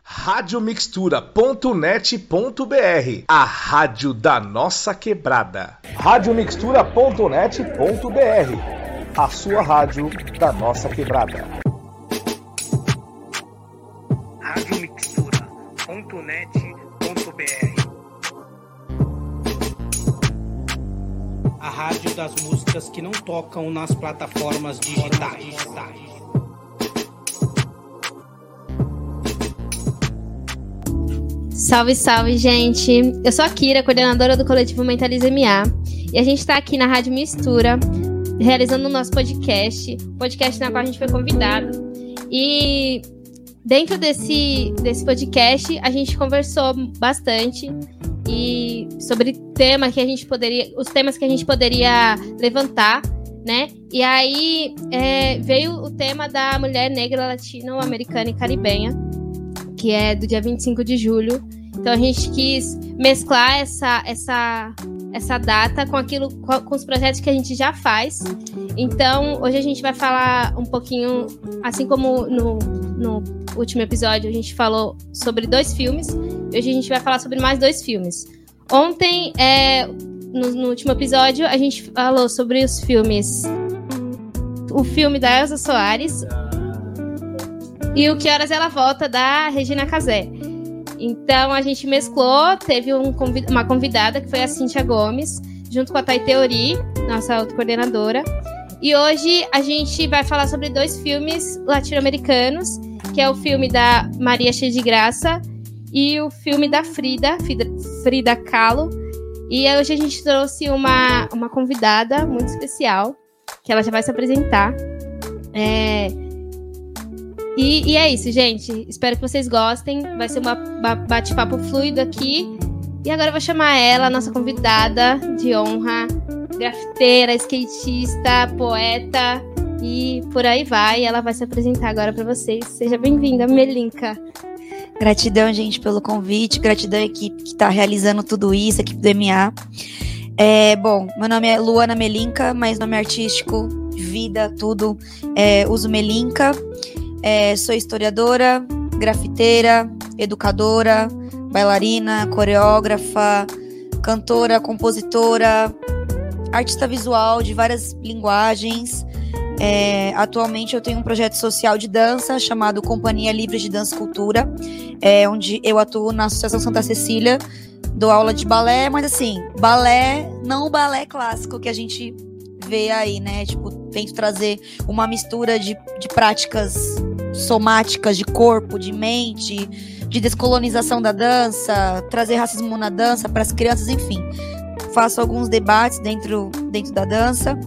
radiomixtura.net.br, a rádio da nossa quebrada. radiomixtura.net.br, a sua rádio da nossa quebrada. radiomixtura.net.br, a rádio das músicas que não tocam nas plataformas digitais. Salve, salve, gente! Eu sou a Kira, coordenadora do coletivo Mentaliza MA, e a gente está aqui na Rádio Mistura, realizando o nosso podcast na qual a gente foi convidado. E dentro desse podcast, a gente conversou bastante e sobre os temas que a gente poderia levantar, né? E aí veio o tema da mulher negra, latino-americana e caribenha, que é do dia 25 de julho. Então a gente quis mesclar essa data com os projetos que a gente já faz. Então hoje a gente vai falar um pouquinho, assim como no último episódio a gente falou sobre 2 filmes, hoje a gente vai falar sobre mais 2 filmes. Ontem, no último episódio, a gente falou sobre os filmes, o filme da Elza Soares e o Que Horas Ela Volta, da Regina Casé. Então a gente mesclou, teve uma convidada que foi a Cíntia Gomes, junto com a Thay Teori, nossa outra coordenadora. E hoje a gente vai falar sobre 2 filmes latino-americanos, que é o filme da Maria Cheia de Graça e o filme da Frida Kahlo. E hoje a gente trouxe uma convidada muito especial, que ela já vai se apresentar. E é isso, gente. Espero que vocês gostem. Vai ser uma bate-papo fluido aqui. E agora eu vou chamar ela, nossa convidada de honra, grafiteira, skatista, poeta e por aí vai. Ela vai se apresentar agora para vocês. Seja bem-vinda, Melinka. Gratidão, gente, pelo convite. Gratidão à equipe que está realizando tudo isso, a equipe do MA. Bom, meu nome é Luana Melinka, mas nome artístico, vida, tudo. Uso Melinka. Sou historiadora, grafiteira, educadora, bailarina, coreógrafa, cantora, compositora, artista visual de várias linguagens. Atualmente eu tenho um projeto social de dança chamado Companhia Livre de Dança e Cultura, onde eu atuo na Associação Santa Cecília, dou aula de balé, mas assim, balé, não o balé clássico que a gente vê aí, né? Tipo, tento trazer uma mistura de práticas somáticas, de corpo, de mente, de descolonização da dança, trazer racismo na dança para as crianças, enfim. Faço alguns debates dentro da dança.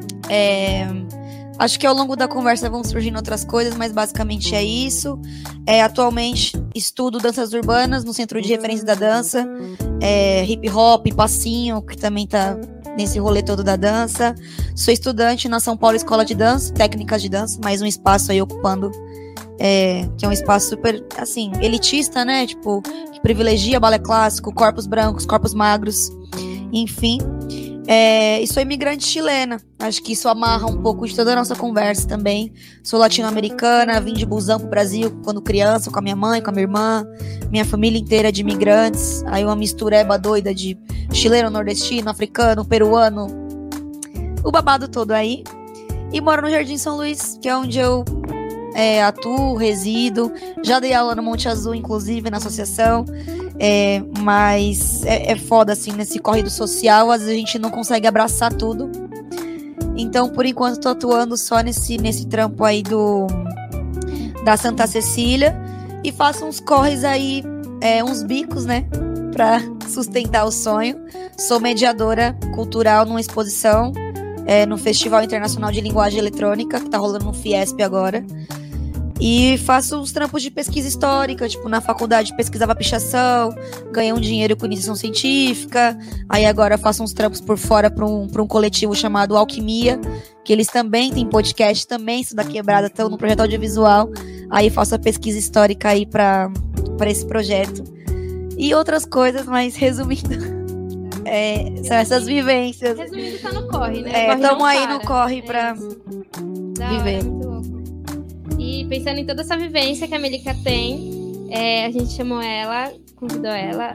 Acho que ao longo da conversa vão surgindo outras coisas, mas basicamente é isso. Atualmente estudo danças urbanas no Centro de Referência da Dança, hip hop, passinho, que também tá nesse rolê todo da dança. Sou estudante na São Paulo Escola de Dança, Técnicas de Dança, mais um espaço aí ocupando, que é um espaço super, assim, elitista, né? Tipo, que privilegia balé clássico, corpos brancos, corpos magros, enfim. E sou imigrante chilena. Acho que isso amarra um pouco de toda a nossa conversa também. Sou latino-americana, vim de busão pro Brasil quando criança, com a minha mãe, com a minha irmã, minha família inteira de imigrantes. Aí uma mistureba doida de chileno, nordestino, africano, peruano, o babado todo aí. E moro no Jardim São Luís, que é onde eu atuo, resido. Já dei aula no Monte Azul, inclusive, na associação. Mas é foda, assim, nesse corrido social, às vezes a gente não consegue abraçar tudo. Então, por enquanto, tô atuando só nesse trampo aí da Santa Cecília. E faço uns corres aí, uns bicos, né, pra sustentar o sonho. Sou mediadora cultural numa exposição no Festival Internacional de Linguagem Eletrônica, que tá rolando no Fiesp agora. E faço uns trampos de pesquisa histórica, tipo, na faculdade pesquisava pichação, ganhei um dinheiro com iniciação científica, aí agora faço uns trampos por fora para um coletivo chamado Alquimia, que eles também têm podcast, também são da quebrada, estão no projeto audiovisual, aí faço a pesquisa histórica aí para esse projeto. E outras coisas, mas resumindo, são essas vivências. Resumindo, tá no corre, né? Estamos aí no corre para viver. E pensando em toda essa vivência que a Melinka tem, A gente chamou ela, convidou ela,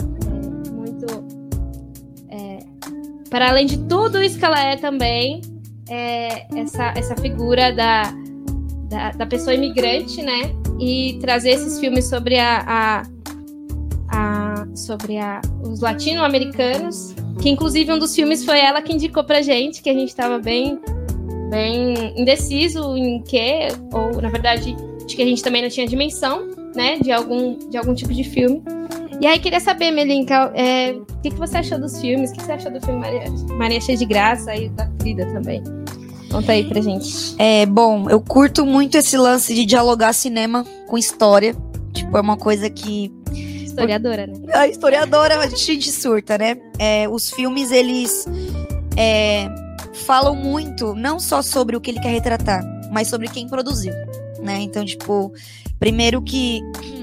para além de tudo isso que ela é também, essa figura da pessoa imigrante, né? E trazer esses filmes sobre os latino-americanos, que inclusive um dos filmes foi ela que indicou pra gente, que a gente estava bem indeciso em que, ou na verdade, acho que a gente também não tinha dimensão, né, de algum tipo de filme. E aí, queria saber, Melinka, o que você achou dos filmes? O que você achou do filme Maria Cheia de Graça e da Frida também? Conta aí pra gente. Bom, eu curto muito esse lance de dialogar cinema com história. Tipo, é uma coisa que... Historiadora, né? A historiadora, a gente surta, né? Os filmes, eles falam muito, não só sobre o que ele quer retratar, mas sobre quem produziu, né? Então, tipo, primeiro que...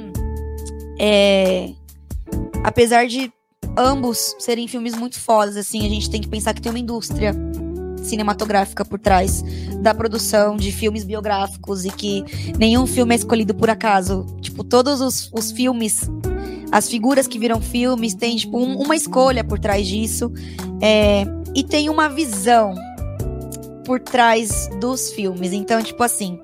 apesar de ambos serem filmes muito fodas, assim, a gente tem que pensar que tem uma indústria cinematográfica por trás da produção de filmes biográficos e que nenhum filme é escolhido por acaso. Tipo, todos os filmes, as figuras que viram filmes, tem, tipo, uma escolha por trás disso. E tem uma visão por trás dos filmes. Então, tipo assim,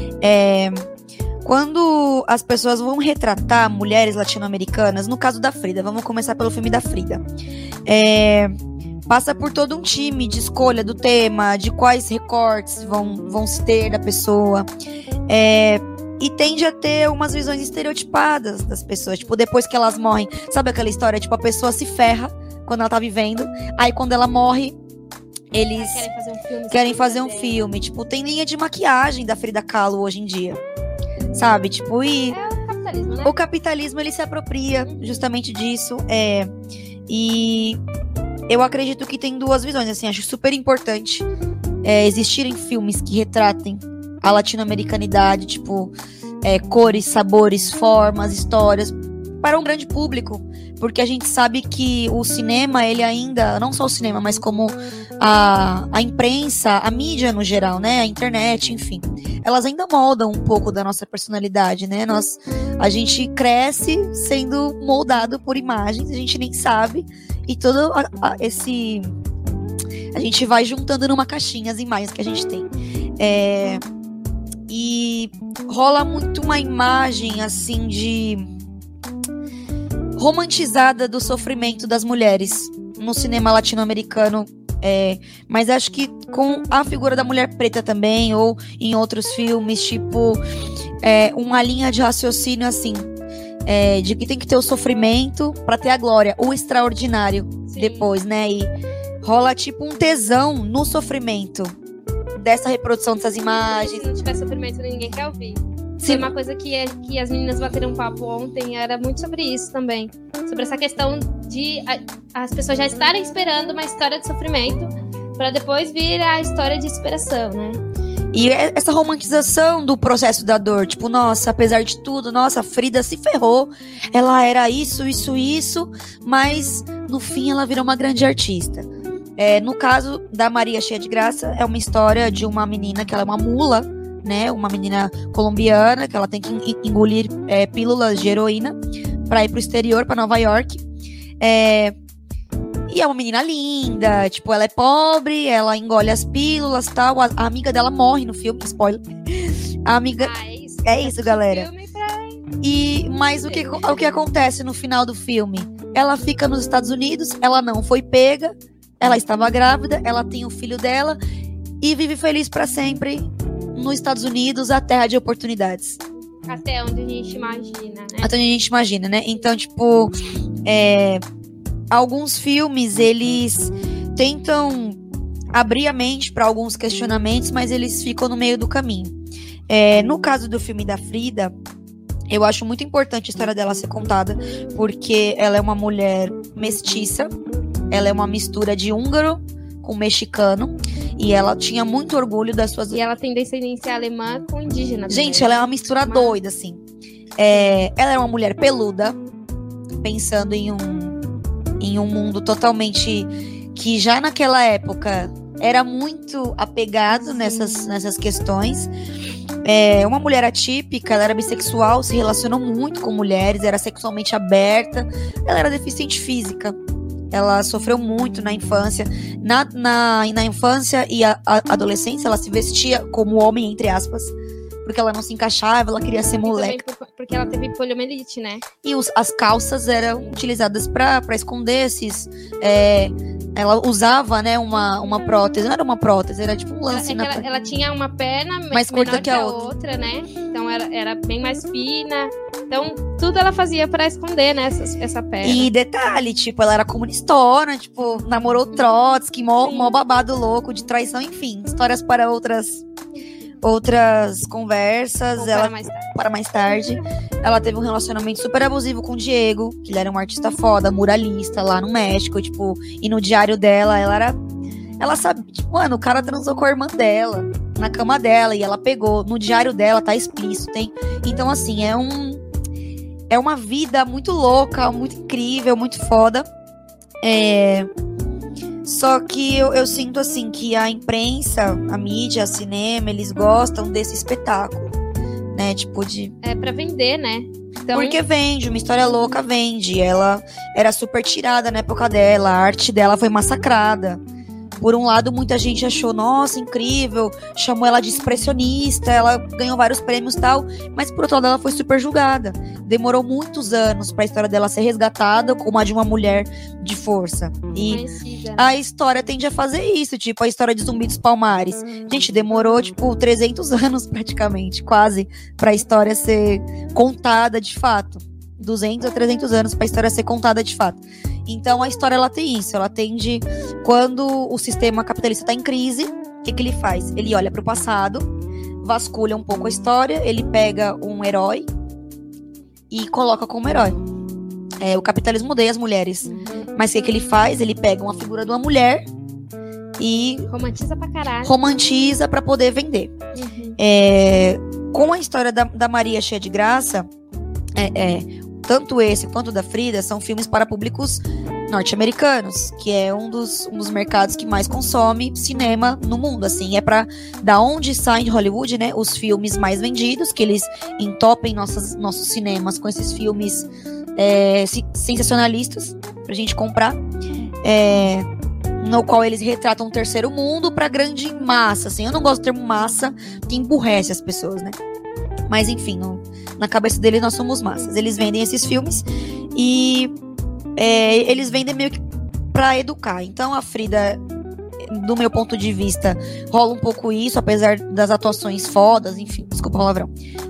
quando as pessoas vão retratar mulheres latino-americanas, no caso da Frida, vamos começar pelo filme da Frida, passa por todo um time de escolha do tema, de quais recortes vão se ter da pessoa, e tende a ter umas visões estereotipadas das pessoas, tipo, depois que elas morrem, sabe aquela história, tipo, a pessoa se ferra quando ela tá vivendo, aí quando ela morre, eles querem fazer um filme, tipo, tem linha de maquiagem da Frida Kahlo hoje em dia, sabe, tipo, e o capitalismo, né? O capitalismo, ele se apropria justamente disso, e eu acredito que tem duas visões, assim, acho super importante existirem filmes que retratem a latino-americanidade, tipo, cores, sabores, formas, histórias, para um grande público, porque a gente sabe que o cinema, ele ainda, não só o cinema, mas como a imprensa, a mídia no geral, né, a internet, enfim, elas ainda moldam um pouco da nossa personalidade, né, a gente cresce sendo moldado por imagens, a gente nem sabe, e todo a gente vai juntando numa caixinha as imagens que a gente tem. E rola muito uma imagem, assim, de romantizada do sofrimento das mulheres no cinema latino-americano, mas acho que com a figura da mulher preta também, ou em outros filmes, tipo, uma linha de raciocínio, assim, de que tem que ter o sofrimento pra ter a glória, o extraordinário. Sim. Depois, né, e rola tipo um tesão no sofrimento dessa reprodução dessas imagens. Se não tiver sofrimento, ninguém quer ouvir. Sim. Uma coisa que as meninas bateram um papo ontem era muito sobre isso também. Sobre essa questão de as pessoas já estarem esperando uma história de sofrimento para depois vir a história de superação, né? E essa romantização do processo da dor, tipo, nossa, apesar de tudo, nossa, a Frida se ferrou, ela era isso, mas no fim ela virou uma grande artista. No caso da Maria Cheia de Graça, é uma história de uma menina que ela é uma mula, né, uma menina colombiana, que ela tem que engolir pílulas de heroína pra ir pro exterior, pra Nova York. E é uma menina linda, tipo, ela é pobre, ela engole as pílulas e tal. A amiga dela morre no filme, spoiler. A amiga... É isso, galera. Mas o que acontece no final do filme? Ela fica nos Estados Unidos, ela não foi pega, ela estava grávida, ela tem o filho dela e vive feliz pra sempre nos Estados Unidos, a terra de oportunidades. Até onde a gente imagina, né? Até onde a gente imagina, né? Então, tipo, alguns filmes, eles tentam abrir a mente para alguns questionamentos, mas eles ficam no meio do caminho. No caso do filme da Frida, eu acho muito importante a história dela ser contada, porque ela é uma mulher mestiça, ela é uma mistura de húngaro com mexicano, e ela tinha muito orgulho das suas... E ela tem descendência alemã com indígena. Gente, ela é uma mistura doida, assim. Ela é uma mulher peluda, pensando em um mundo totalmente... que já naquela época era muito apegado nessas questões. Uma mulher atípica, ela era bissexual, se relacionou muito com mulheres, era sexualmente aberta, ela era deficiente física. Ela sofreu muito na infância. Na infância e adolescência, ela se vestia como homem, entre aspas, porque ela não se encaixava, ela queria ser moleque. Porque ela teve poliomielite, né? E as calças eram utilizadas pra esconder esses... ela usava, né, uma prótese. Não era uma prótese, era tipo um lance. Ela tinha uma perna mais curta que a outra, né? Então era bem mais fina. Então tudo ela fazia pra esconder, né, essa perna. E detalhe, tipo, ela era comunistona, tipo, namorou Trotsky, mó babado louco de traição, enfim. Histórias para outras conversas. Para mais tarde. Ela teve um relacionamento super abusivo com o Diego, que ele era um artista foda, muralista lá no México, tipo, e no diário dela, ela sabe, tipo, mano, o cara transou com a irmã dela, na cama dela, e ela pegou, no diário dela tá explícito, então assim, é uma vida muito louca, muito incrível, muito foda. Só que eu sinto assim que a imprensa, a mídia, o cinema, eles gostam desse espetáculo, né? Tipo de... pra vender, né? Então... Porque vende, uma história louca vende. Ela era super tirada na época dela, a arte dela foi massacrada. Por um lado, muita gente achou, nossa, incrível, chamou ela de expressionista, ela ganhou vários prêmios e tal, mas por outro lado ela foi super julgada. Demorou muitos anos pra história dela ser resgatada como a de uma mulher de força. E a história tende a fazer isso, tipo a história de Zumbi dos Palmares. Gente, demorou, tipo, 300 anos praticamente, quase, pra história ser contada de fato. 200 a 300 anos pra história ser contada de fato. Então a história, ela tem isso, ela tende, quando o sistema capitalista tá em crise, o que ele faz? Ele olha pro passado, vasculha um pouco a história, ele pega um herói e coloca como herói. O capitalismo odeia as mulheres, mas o que ele faz? Ele pega uma figura de uma mulher e... romantiza pra caralho. Romantiza pra poder vender. Com a história da Maria Cheia de Graça, tanto esse quanto da Frida são filmes para públicos norte-americanos, que é um dos mercados que mais consome cinema no mundo, assim, da onde saem de Hollywood, né, os filmes mais vendidos, que eles entopem nossos cinemas com esses filmes sensacionalistas pra gente comprar, no qual eles retratam o terceiro mundo pra grande massa, assim. Eu não gosto do termo massa, que emburrece as pessoas, né, mas enfim, na cabeça deles nós somos massas. Eles vendem esses filmes e eles vendem meio que pra educar. Então a Frida, do meu ponto de vista, rola um pouco isso, apesar das atuações fodas, enfim, desculpa o palavrão.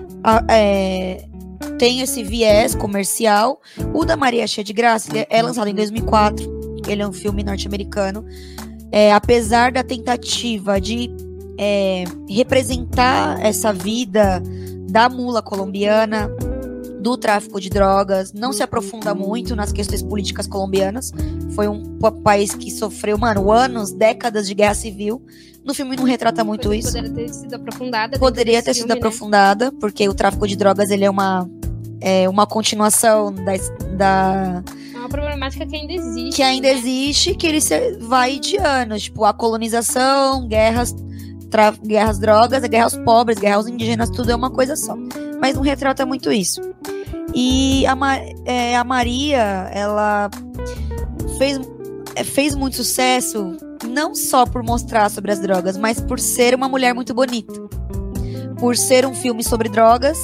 Tem esse viés comercial. O da Maria Cheia de Graça, ele é lançado em 2004. Ele é um filme norte-americano. Apesar da tentativa de representar essa vida da mula colombiana, do tráfico de drogas, não se aprofunda muito nas questões políticas colombianas. Foi um país que sofreu, anos, décadas de guerra civil. No filme não retrata muito isso. Poderia ter sido aprofundada. Poderia ter sido aprofundada, porque o tráfico de drogas, ele é uma continuação da... É uma problemática que ainda existe. Que ainda existe, que ele vai de anos. Tipo, a colonização, guerras, drogas, a guerra aos pobres, guerra aos indígenas, tudo é uma coisa só. Mas não retrata muito isso. E a Maria, ela fez muito sucesso, não só por mostrar sobre as drogas, mas por ser uma mulher muito bonita. Por ser um filme sobre drogas,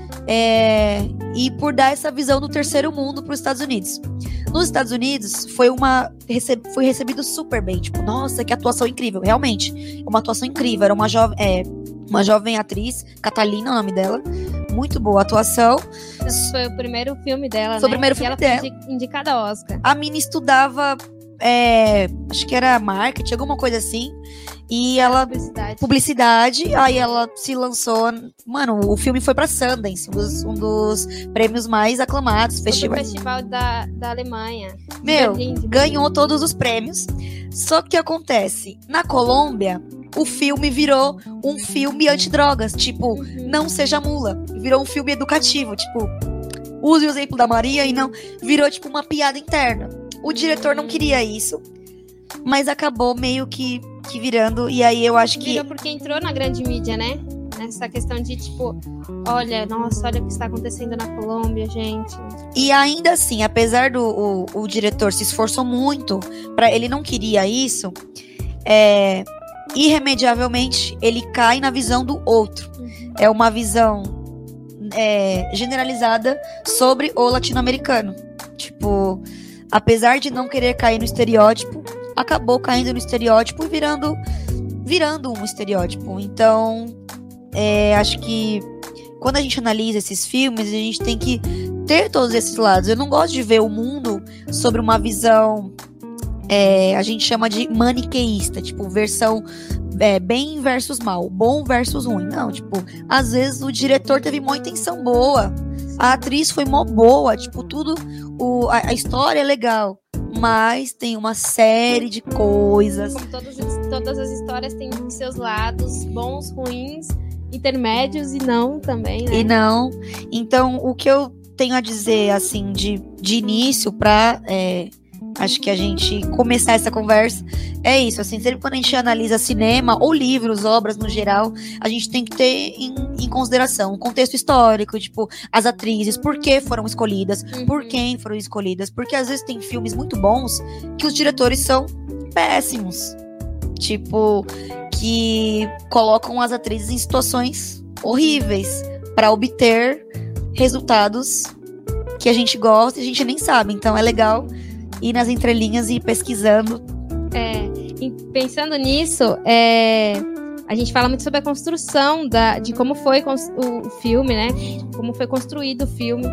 e por dar essa visão do terceiro mundo para os Estados Unidos. Nos Estados Unidos, foi recebido super bem. Tipo, nossa, que atuação incrível. Realmente, uma atuação incrível. Era uma jovem atriz, Catalina é o nome dela. Muito boa atuação. Foi o primeiro filme dela, Foi o primeiro filme dela. Foi indicada ao Oscar. A mina estudava, acho que era marketing, alguma coisa assim. E ela... Publicidade. Aí ela se lançou... Mano, o filme foi pra Sundance, um dos prêmios mais aclamados. Festival da Alemanha. Ganhou todos os prêmios. Só que o que acontece? Na Colômbia, o filme virou um filme antidrogas. Tipo, não seja mula. Virou um filme educativo. Tipo, use o exemplo da Maria e não... Virou, tipo, uma piada interna. O diretor não queria isso, mas acabou meio que que virando, e aí eu acho que... Virou porque entrou na grande mídia, né? Nessa questão de, tipo, olha o que está acontecendo na Colômbia, gente. E ainda assim, apesar do o diretor se esforçou muito, ele não queria isso, irremediavelmente ele cai na visão do outro. É uma visão generalizada sobre o latino-americano. Tipo, apesar de não querer cair no estereótipo, acabou caindo no estereótipo e virando um estereótipo. Então, acho que quando a gente analisa esses filmes, a gente tem que ter todos esses lados. Eu não gosto de ver o mundo sobre uma visão, a gente chama de maniqueísta, tipo, versão bem versus mal, bom versus ruim. Não, tipo, às vezes o diretor teve uma intenção boa, a atriz foi mó boa, tipo, tudo, a história é legal, mas tem uma série de coisas. Como todas as histórias têm seus lados bons, ruins, intermédios e não também, né? E não. Então, o que eu tenho a dizer, assim, de início pra... acho que a gente começar essa conversa é isso, assim, sempre quando a gente analisa cinema ou livros, obras no geral, a gente tem que ter em consideração o contexto histórico, tipo, as atrizes, por que foram escolhidas, por quem foram escolhidas, porque às vezes tem filmes muito bons que os diretores são péssimos, tipo, que colocam as atrizes em situações horríveis para obter resultados que a gente gosta e a gente nem sabe, então é legal ir nas entrelinhas e ir pesquisando. E pensando nisso, a gente fala muito sobre a construção de como foi o filme, né? Como foi construído o filme,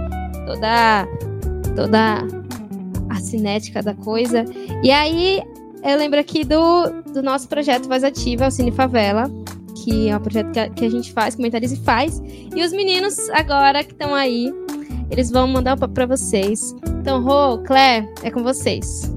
toda a cinética da coisa. E aí, eu lembro aqui do nosso projeto Voz Ativa, o Cine Favela, que é um projeto que a gente faz, Mentalize e faz. E os meninos agora que estão aí, eles vão mandar um papo pra vocês. Então, Rô, Claire, é com vocês.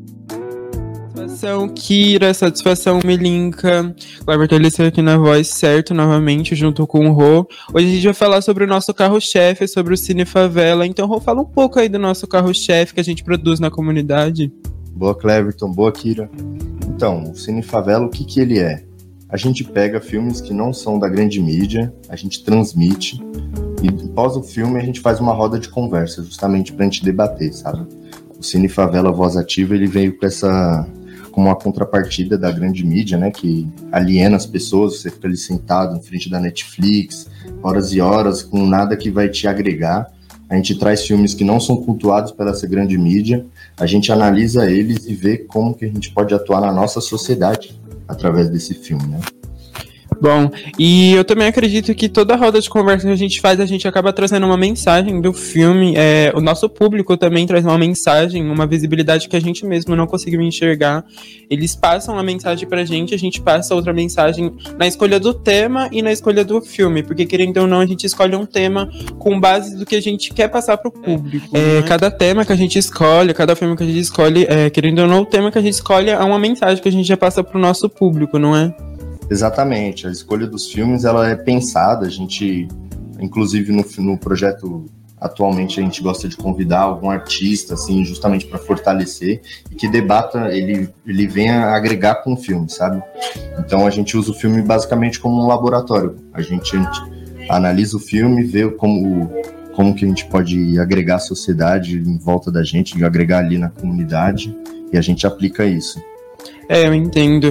Satisfação, Kira, satisfação, Melinka. Cleber Telice aqui na voz, certo, novamente, junto com o Rô. Hoje a gente vai falar sobre o nosso carro-chefe, sobre o Cine Favela. Então, Rô, fala um pouco aí do nosso carro-chefe que a gente produz na comunidade. Boa, Cleverton, boa, Kira. Então, o Cine Favela, o que ele é? A gente pega filmes que não são da grande mídia, a gente transmite, e após o filme a gente faz uma roda de conversa, justamente pra gente debater, sabe? O Cine Favela Voz Ativa, ele veio com uma contrapartida da grande mídia, né, que aliena as pessoas, você fica ali sentado em frente da Netflix, horas e horas, com nada que vai te agregar. A gente traz filmes que não são cultuados pela essa grande mídia, a gente analisa eles e vê como que a gente pode atuar na nossa sociedade através desse filme, né? Bom, e eu também acredito que toda roda de conversa que a gente faz, a gente acaba trazendo uma mensagem do filme. O nosso público também traz uma mensagem, uma visibilidade que a gente mesmo não conseguiu enxergar. Eles passam a mensagem pra gente, a gente passa outra mensagem na escolha do tema e na escolha do filme, porque querendo ou não, a gente escolhe um tema com base do que a gente quer passar pro público. Cada tema que a gente escolhe, cada filme que a gente escolhe, querendo ou não, o tema que a gente escolhe é uma mensagem que a gente já passa pro nosso público, não é? Exatamente, a escolha dos filmes ela é pensada, a gente, inclusive no projeto atualmente a gente gosta de convidar algum artista, assim, justamente para fortalecer e que debata, ele venha agregar com o filme, sabe? Então a gente usa o filme basicamente como um laboratório, a gente analisa o filme, vê como que a gente pode agregar a sociedade em volta da gente, agregar ali na comunidade e a gente aplica isso. Eu entendo.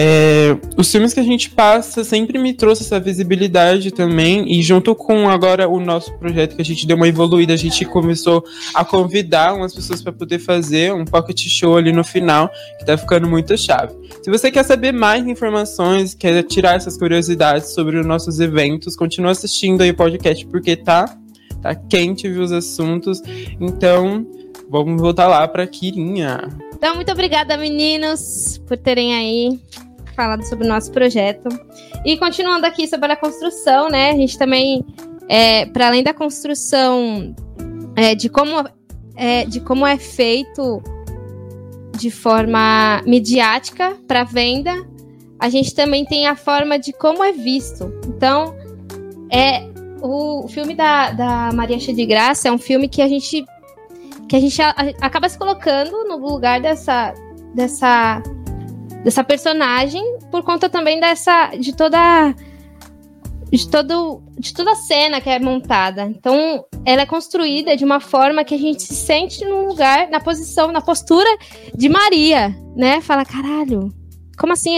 Os filmes que a gente passa sempre me trouxe essa visibilidade também, e junto com agora o nosso projeto que a gente deu uma evoluída, a gente começou a convidar umas pessoas para poder fazer um pocket show ali no final, que tá ficando muito chave. Se você quer saber mais informações, quer tirar essas curiosidades sobre os nossos eventos, continua assistindo aí o podcast, porque tá quente, viu, os assuntos. Então, vamos voltar lá pra Kirinha. Então, muito obrigada, meninos, por terem aí falado sobre o nosso projeto. E continuando aqui sobre a construção, né? A gente também, para além da construção de como é feito de forma midiática para venda, a gente também tem a forma de como é visto. Então, o filme da Maria Cheia de Graça é um filme que a gente acaba se colocando no lugar dessa personagem, por conta também de toda a cena que é montada. Então, ela é construída de uma forma que a gente se sente num lugar, na postura de Maria, né? Fala, caralho, como assim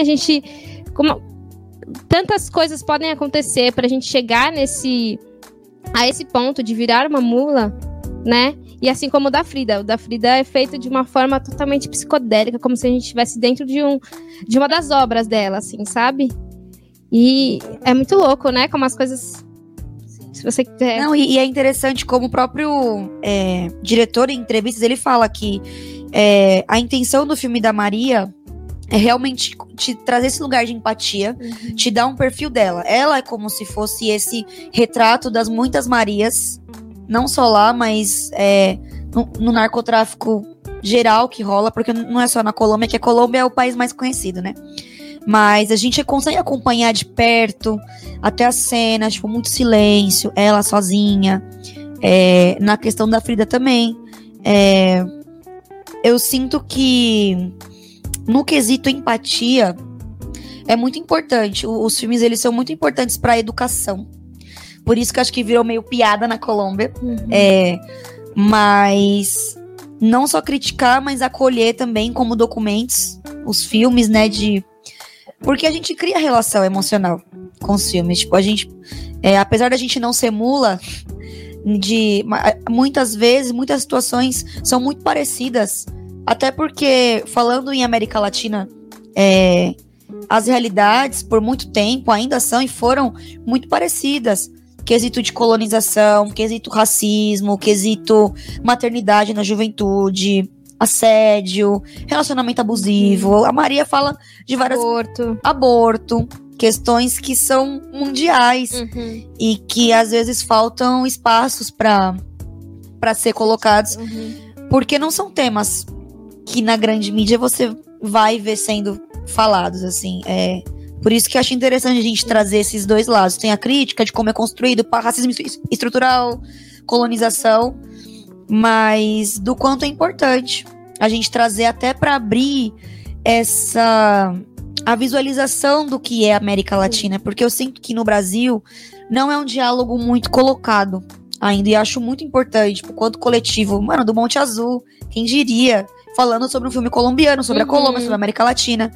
tantas coisas podem acontecer pra gente chegar a esse ponto de virar uma mula, né? E assim como o da Frida. O da Frida é feito de uma forma totalmente psicodélica, como se a gente estivesse dentro de uma das obras dela, assim, sabe? E é muito louco, né? Como as coisas... Se você quiser... Não, e é interessante como o próprio diretor, em entrevistas, ele fala que a intenção do filme da Maria é realmente te trazer esse lugar de empatia, te dar um perfil dela. Ela é como se fosse esse retrato das muitas Marias, não só lá, mas no narcotráfico geral que rola, porque não é só na Colômbia, que a Colômbia é o país mais conhecido, né? Mas a gente consegue acompanhar de perto até a cena, tipo, muito silêncio, ela sozinha. Na questão da Frida também. Eu sinto que no quesito empatia é muito importante. Os filmes, eles são muito importantes para a educação. Por isso que eu acho que virou meio piada na Colômbia. Mas não só criticar, mas acolher também como documentos os filmes, né, porque a gente cria relação emocional com os filmes. Tipo, a gente, apesar da gente não ser mula, muitas vezes, muitas situações são muito parecidas. Até porque, falando em América Latina, as realidades, por muito tempo, ainda são e foram muito parecidas. Quesito de colonização, quesito racismo, quesito maternidade na juventude, assédio, relacionamento abusivo. A Maria fala de várias... Aborto. Questões que são mundiais e que às vezes faltam espaços para ser colocados, porque não são temas que na grande mídia você vai ver sendo falados, assim. Por isso que eu acho interessante a gente trazer esses dois lados. Tem a crítica de como é construído para racismo estrutural, colonização, mas do quanto é importante a gente trazer até para abrir a visualização do que é a América Latina, porque eu sinto que no Brasil não é um diálogo muito colocado ainda, e acho muito importante, tipo, quanto coletivo, do Monte Azul, quem diria, falando sobre um filme colombiano, sobre a Colômbia, sobre a América Latina.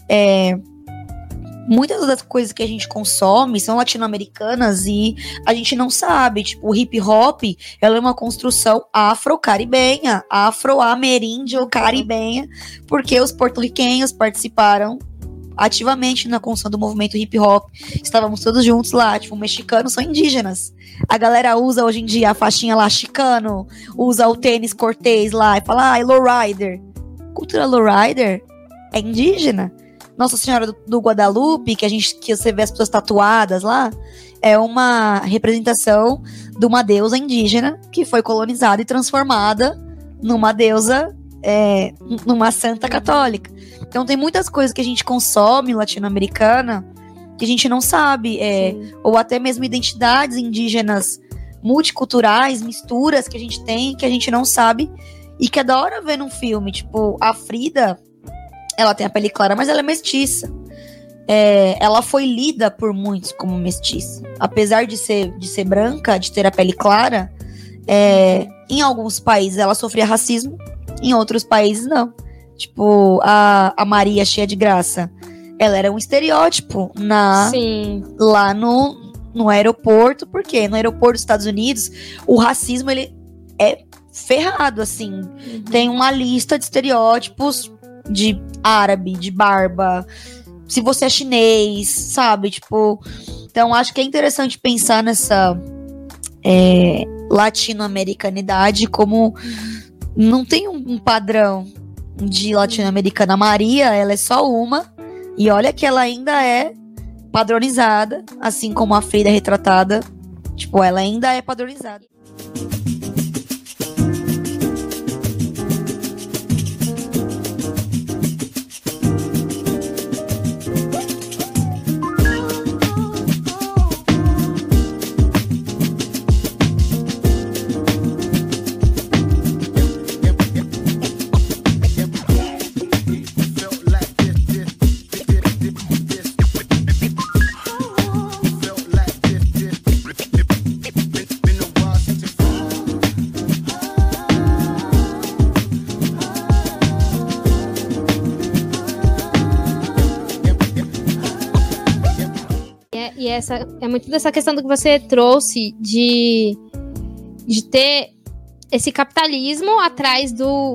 Muitas das coisas que a gente consome são latino-americanas e a gente não sabe. Tipo, o hip hop, ela é uma construção afro-caribenha, afro-ameríndio-caribenha, porque os porto-riquenhos participaram ativamente na construção do movimento hip hop. Estávamos todos juntos lá, tipo, mexicanos são indígenas. A galera usa hoje em dia a faixinha lá, chicano, usa o tênis Cortez lá e fala, lowrider. Cultura lowrider é indígena. Nossa Senhora do Guadalupe, que você vê as pessoas tatuadas lá, é uma representação de uma deusa indígena que foi colonizada e transformada numa deusa, numa santa católica. Então tem muitas coisas que a gente consome latino-americana que a gente não sabe, ou até mesmo identidades indígenas multiculturais, misturas que a gente tem, que a gente não sabe, e que é da hora ver num filme. Tipo, a Frida, ela tem a pele clara, mas ela é mestiça. Ela foi lida por muitos como mestiça. Apesar de ser branca, de ter a pele clara, em alguns países ela sofria racismo, em outros países não. Tipo, a Maria cheia de graça, ela era um estereótipo lá no aeroporto. Por quê? No aeroporto dos Estados Unidos, o racismo, ele é ferrado, assim. Tem uma lista de estereótipos de árabe, de barba, se você é chinês, sabe? Tipo, então acho que é interessante pensar nessa latino-americanidade, como não tem um padrão de latino-americana. A Maria, ela é só uma, e olha que ela ainda é padronizada, assim como a Frida é retratada, tipo, ela ainda é padronizada. E é muito dessa questão do que você trouxe de ter esse capitalismo atrás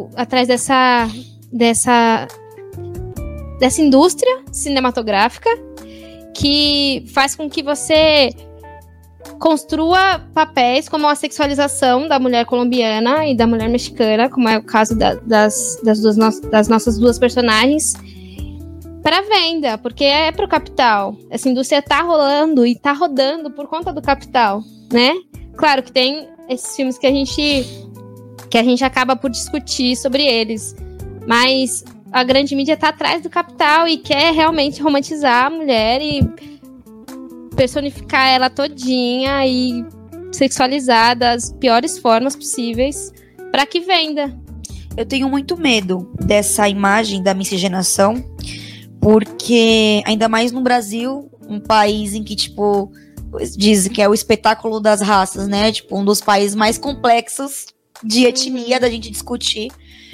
dessa indústria cinematográfica que faz com que você construa papéis como a sexualização da mulher colombiana e da mulher mexicana, como é o caso das nossas duas personagens, para venda, porque é pro capital. Essa indústria tá rolando e tá rodando por conta do capital, né? Claro que tem esses filmes que a gente acaba por discutir sobre eles, mas a grande mídia tá atrás do capital e quer realmente romantizar a mulher e personificar ela todinha e sexualizar das piores formas possíveis para que venda. Eu tenho muito medo dessa imagem da miscigenação, porque ainda mais no Brasil, um país em que, tipo, dizem que é o espetáculo das raças, né? Tipo, um dos países mais complexos de etnia da gente discutir.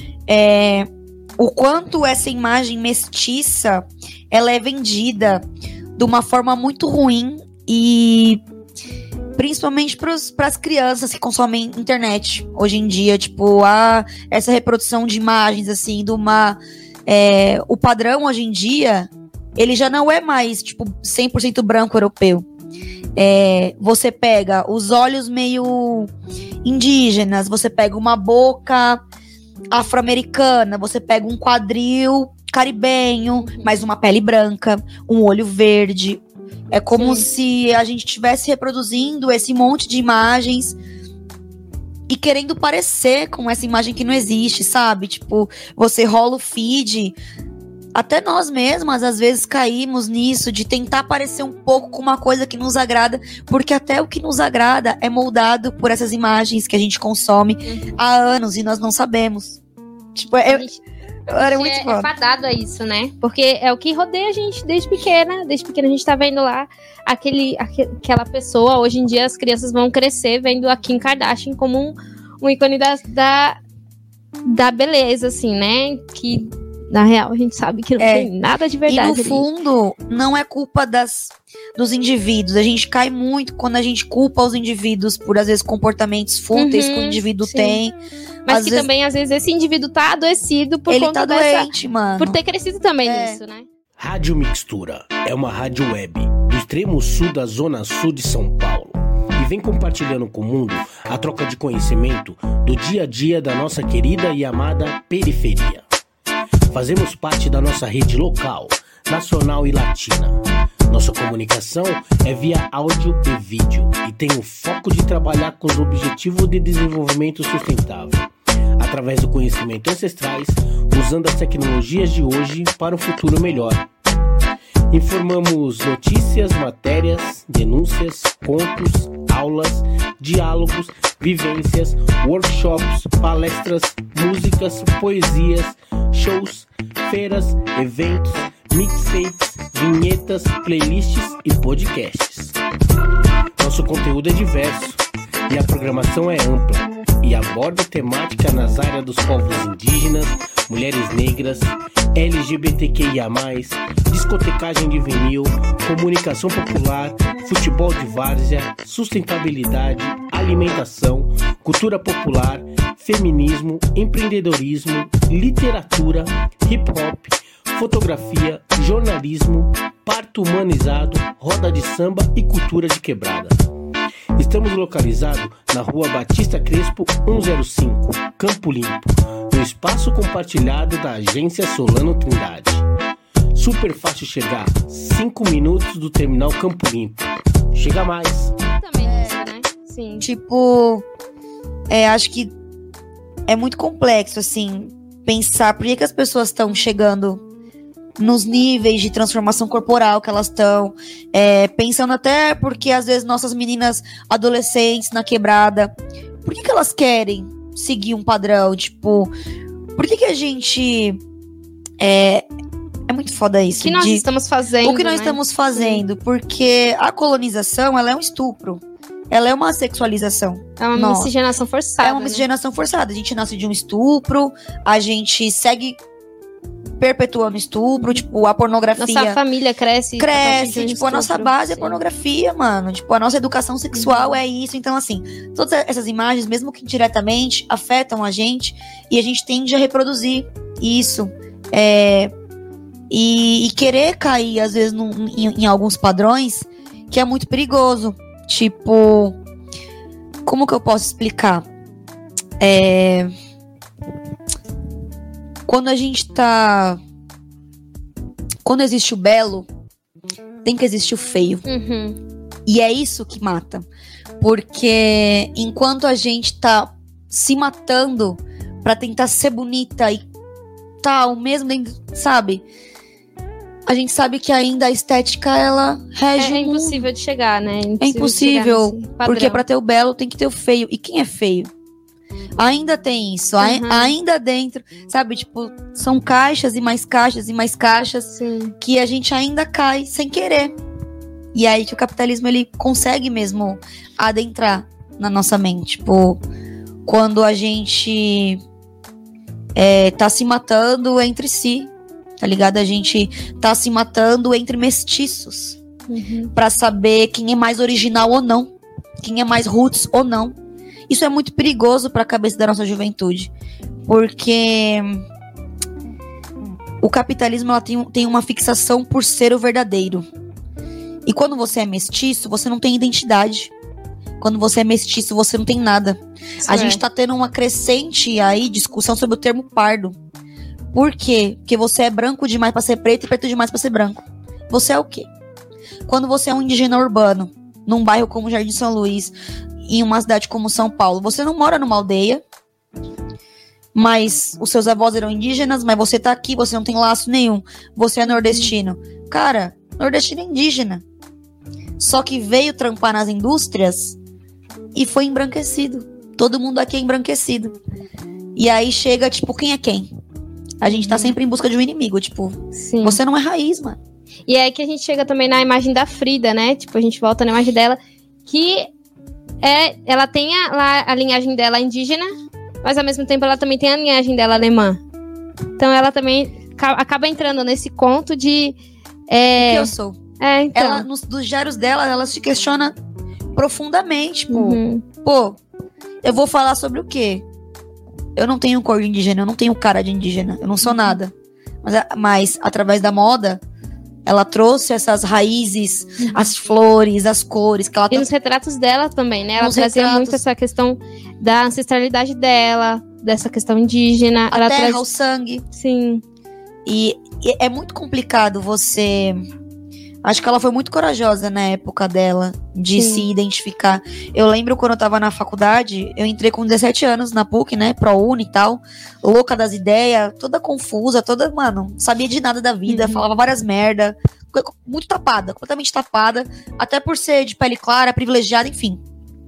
O quanto essa imagem mestiça, ela é vendida de uma forma muito ruim e principalmente para as crianças que consomem internet hoje em dia, tipo, essa reprodução de imagens, assim, o padrão hoje em dia, ele já não é mais, tipo, 100% branco europeu. Você pega os olhos meio indígenas, você pega uma boca afro-americana, você pega um quadril caribenho, mais uma pele branca, um olho verde. É como se a gente estivesse reproduzindo esse monte de imagens e querendo parecer com essa imagem que não existe, sabe? Tipo, você rola o feed. Até nós mesmas, às vezes, caímos nisso de tentar parecer um pouco com uma coisa que nos agrada, porque até o que nos agrada é moldado por essas imagens que a gente consome há anos e nós não sabemos. Tipo, era muito foda. É fadado a isso, né? Porque é o que rodeia a gente desde pequena. Desde pequena a gente tá vendo lá aquela pessoa. Hoje em dia as crianças vão crescer vendo a Kim Kardashian como um ícone da beleza, assim, né? Que, na real, a gente sabe que não tem nada de verdade. E no fundo, não é culpa dos indivíduos. A gente cai muito quando a gente culpa os indivíduos por, às vezes, comportamentos fúteis que o indivíduo tem. Mas que também, às vezes, esse indivíduo tá adoecido por conta doente, mano. Por ter crescido também nisso, né? Rádio Mixtura é uma rádio web do extremo sul da zona sul de São Paulo. E vem compartilhando com o mundo a troca de conhecimento do dia a dia da nossa querida e amada periferia. Fazemos parte da nossa rede local, nacional e latina. Nossa comunicação é via áudio e vídeo e tem o foco de trabalhar com os objetivos de desenvolvimento sustentável, através do conhecimento ancestrais, usando as tecnologias de hoje para um futuro melhor. Informamos notícias, matérias, denúncias, contos, aulas, diálogos, vivências, workshops, palestras, músicas, poesias, shows, feiras, eventos, mixtapes, vinhetas, playlists e podcasts. Nosso conteúdo é diverso e a programação é ampla e aborda temática nas áreas dos povos indígenas, mulheres negras, LGBTQIA+, discotecagem de vinil, comunicação popular, futebol de várzea, sustentabilidade, alimentação, cultura popular, feminismo, empreendedorismo, literatura, hip-hop, fotografia, jornalismo, parto humanizado, roda de samba e cultura de quebrada. Estamos localizados na Rua Batista Crespo 105, Campo Limpo, no espaço compartilhado da agência Solano Trindade. Super fácil chegar, 5 minutos do terminal Campo Limpo. Chega mais. Também isso, né? Sim. Tipo, acho que é muito complexo, assim, pensar por que as pessoas estão chegando nos níveis de transformação corporal que elas estão, pensando até porque às vezes nossas meninas adolescentes na quebrada, por que elas querem seguir um padrão? Tipo, por que a gente é muito foda isso. O que nós estamos fazendo? O que nós estamos fazendo? Porque a colonização, ela é um estupro. Ela é uma sexualização. É uma miscigenação forçada. É uma miscigenação forçada. A gente nasce de um estupro, a gente segue perpetuando estupro, tipo, a pornografia. Nossa família cresce. Tipo, a nossa base é pornografia, mano. Tipo, a nossa educação sexual é isso. Então, assim, todas essas imagens, mesmo que indiretamente, afetam a gente e a gente tende a reproduzir isso. E querer cair, às vezes, em alguns padrões que é muito perigoso. Tipo, como que eu posso explicar? Quando a gente tá... Quando existe o belo, tem que existir o feio. E é isso que mata. Porque enquanto a gente tá se matando pra tentar ser bonita e tal, mesmo dentro, sabe? A gente sabe que ainda a estética, ela rege É impossível de chegar, né? É impossível, porque pra ter o belo tem que ter o feio. E quem é feio? Ainda tem isso, ainda dentro, sabe? Tipo, são caixas e mais caixas e mais caixas. Sim. Que a gente ainda cai sem querer. E aí que o capitalismo, ele consegue mesmo adentrar na nossa mente. Tipo, quando a gente tá se matando entre si, tá ligado? A gente tá se matando entre mestiços. Pra saber quem é mais original ou não. Quem é mais roots ou não. Isso é muito perigoso pra cabeça da nossa juventude. Porque o capitalismo, ela tem uma fixação por ser o verdadeiro. E quando você é mestiço, você não tem identidade. Quando você é mestiço, você não tem nada. A gente tá tendo uma crescente aí discussão sobre o termo pardo. Por quê? Porque você é branco demais pra ser preto e preto demais pra ser branco. Você é o quê? Quando você é um indígena urbano, num bairro como Jardim São Luís, em uma cidade como São Paulo, você não mora numa aldeia, mas os seus avós eram indígenas, mas você tá aqui, você não tem laço nenhum. Você é nordestino. Cara, nordestino é indígena. Só que veio trampar nas indústrias e foi embranquecido. Todo mundo aqui é embranquecido. E aí chega, tipo, quem é quem? A gente tá sempre em busca de um inimigo, tipo, Sim. Você não é raiz, mano. E é aí que a gente chega também na imagem da Frida, né? Tipo, a gente volta na imagem dela, que ela tem a linhagem dela indígena, mas ao mesmo tempo ela também tem a linhagem dela alemã. Então ela também acaba entrando nesse conto de... O que eu sou? Então. Ela, dos diários dela, ela se questiona profundamente, pô, eu vou falar sobre o quê? Eu não tenho cor de indígena, eu não tenho cara de indígena, eu não sou nada. Mas através da moda, ela trouxe essas raízes, as flores, as cores que ela... E nos retratos dela também, né? Ela trazia muito essa questão da ancestralidade dela, dessa questão indígena. A terra, o sangue. Sim. E é muito complicado você... Acho que ela foi muito corajosa na época dela, de se identificar. Eu lembro quando eu tava na faculdade, eu entrei com 17 anos na PUC, né, ProUni e tal, louca das ideias, toda confusa, toda, mano, sabia de nada da vida, falava várias merda, muito tapada, completamente tapada, até por ser de pele clara, privilegiada, enfim.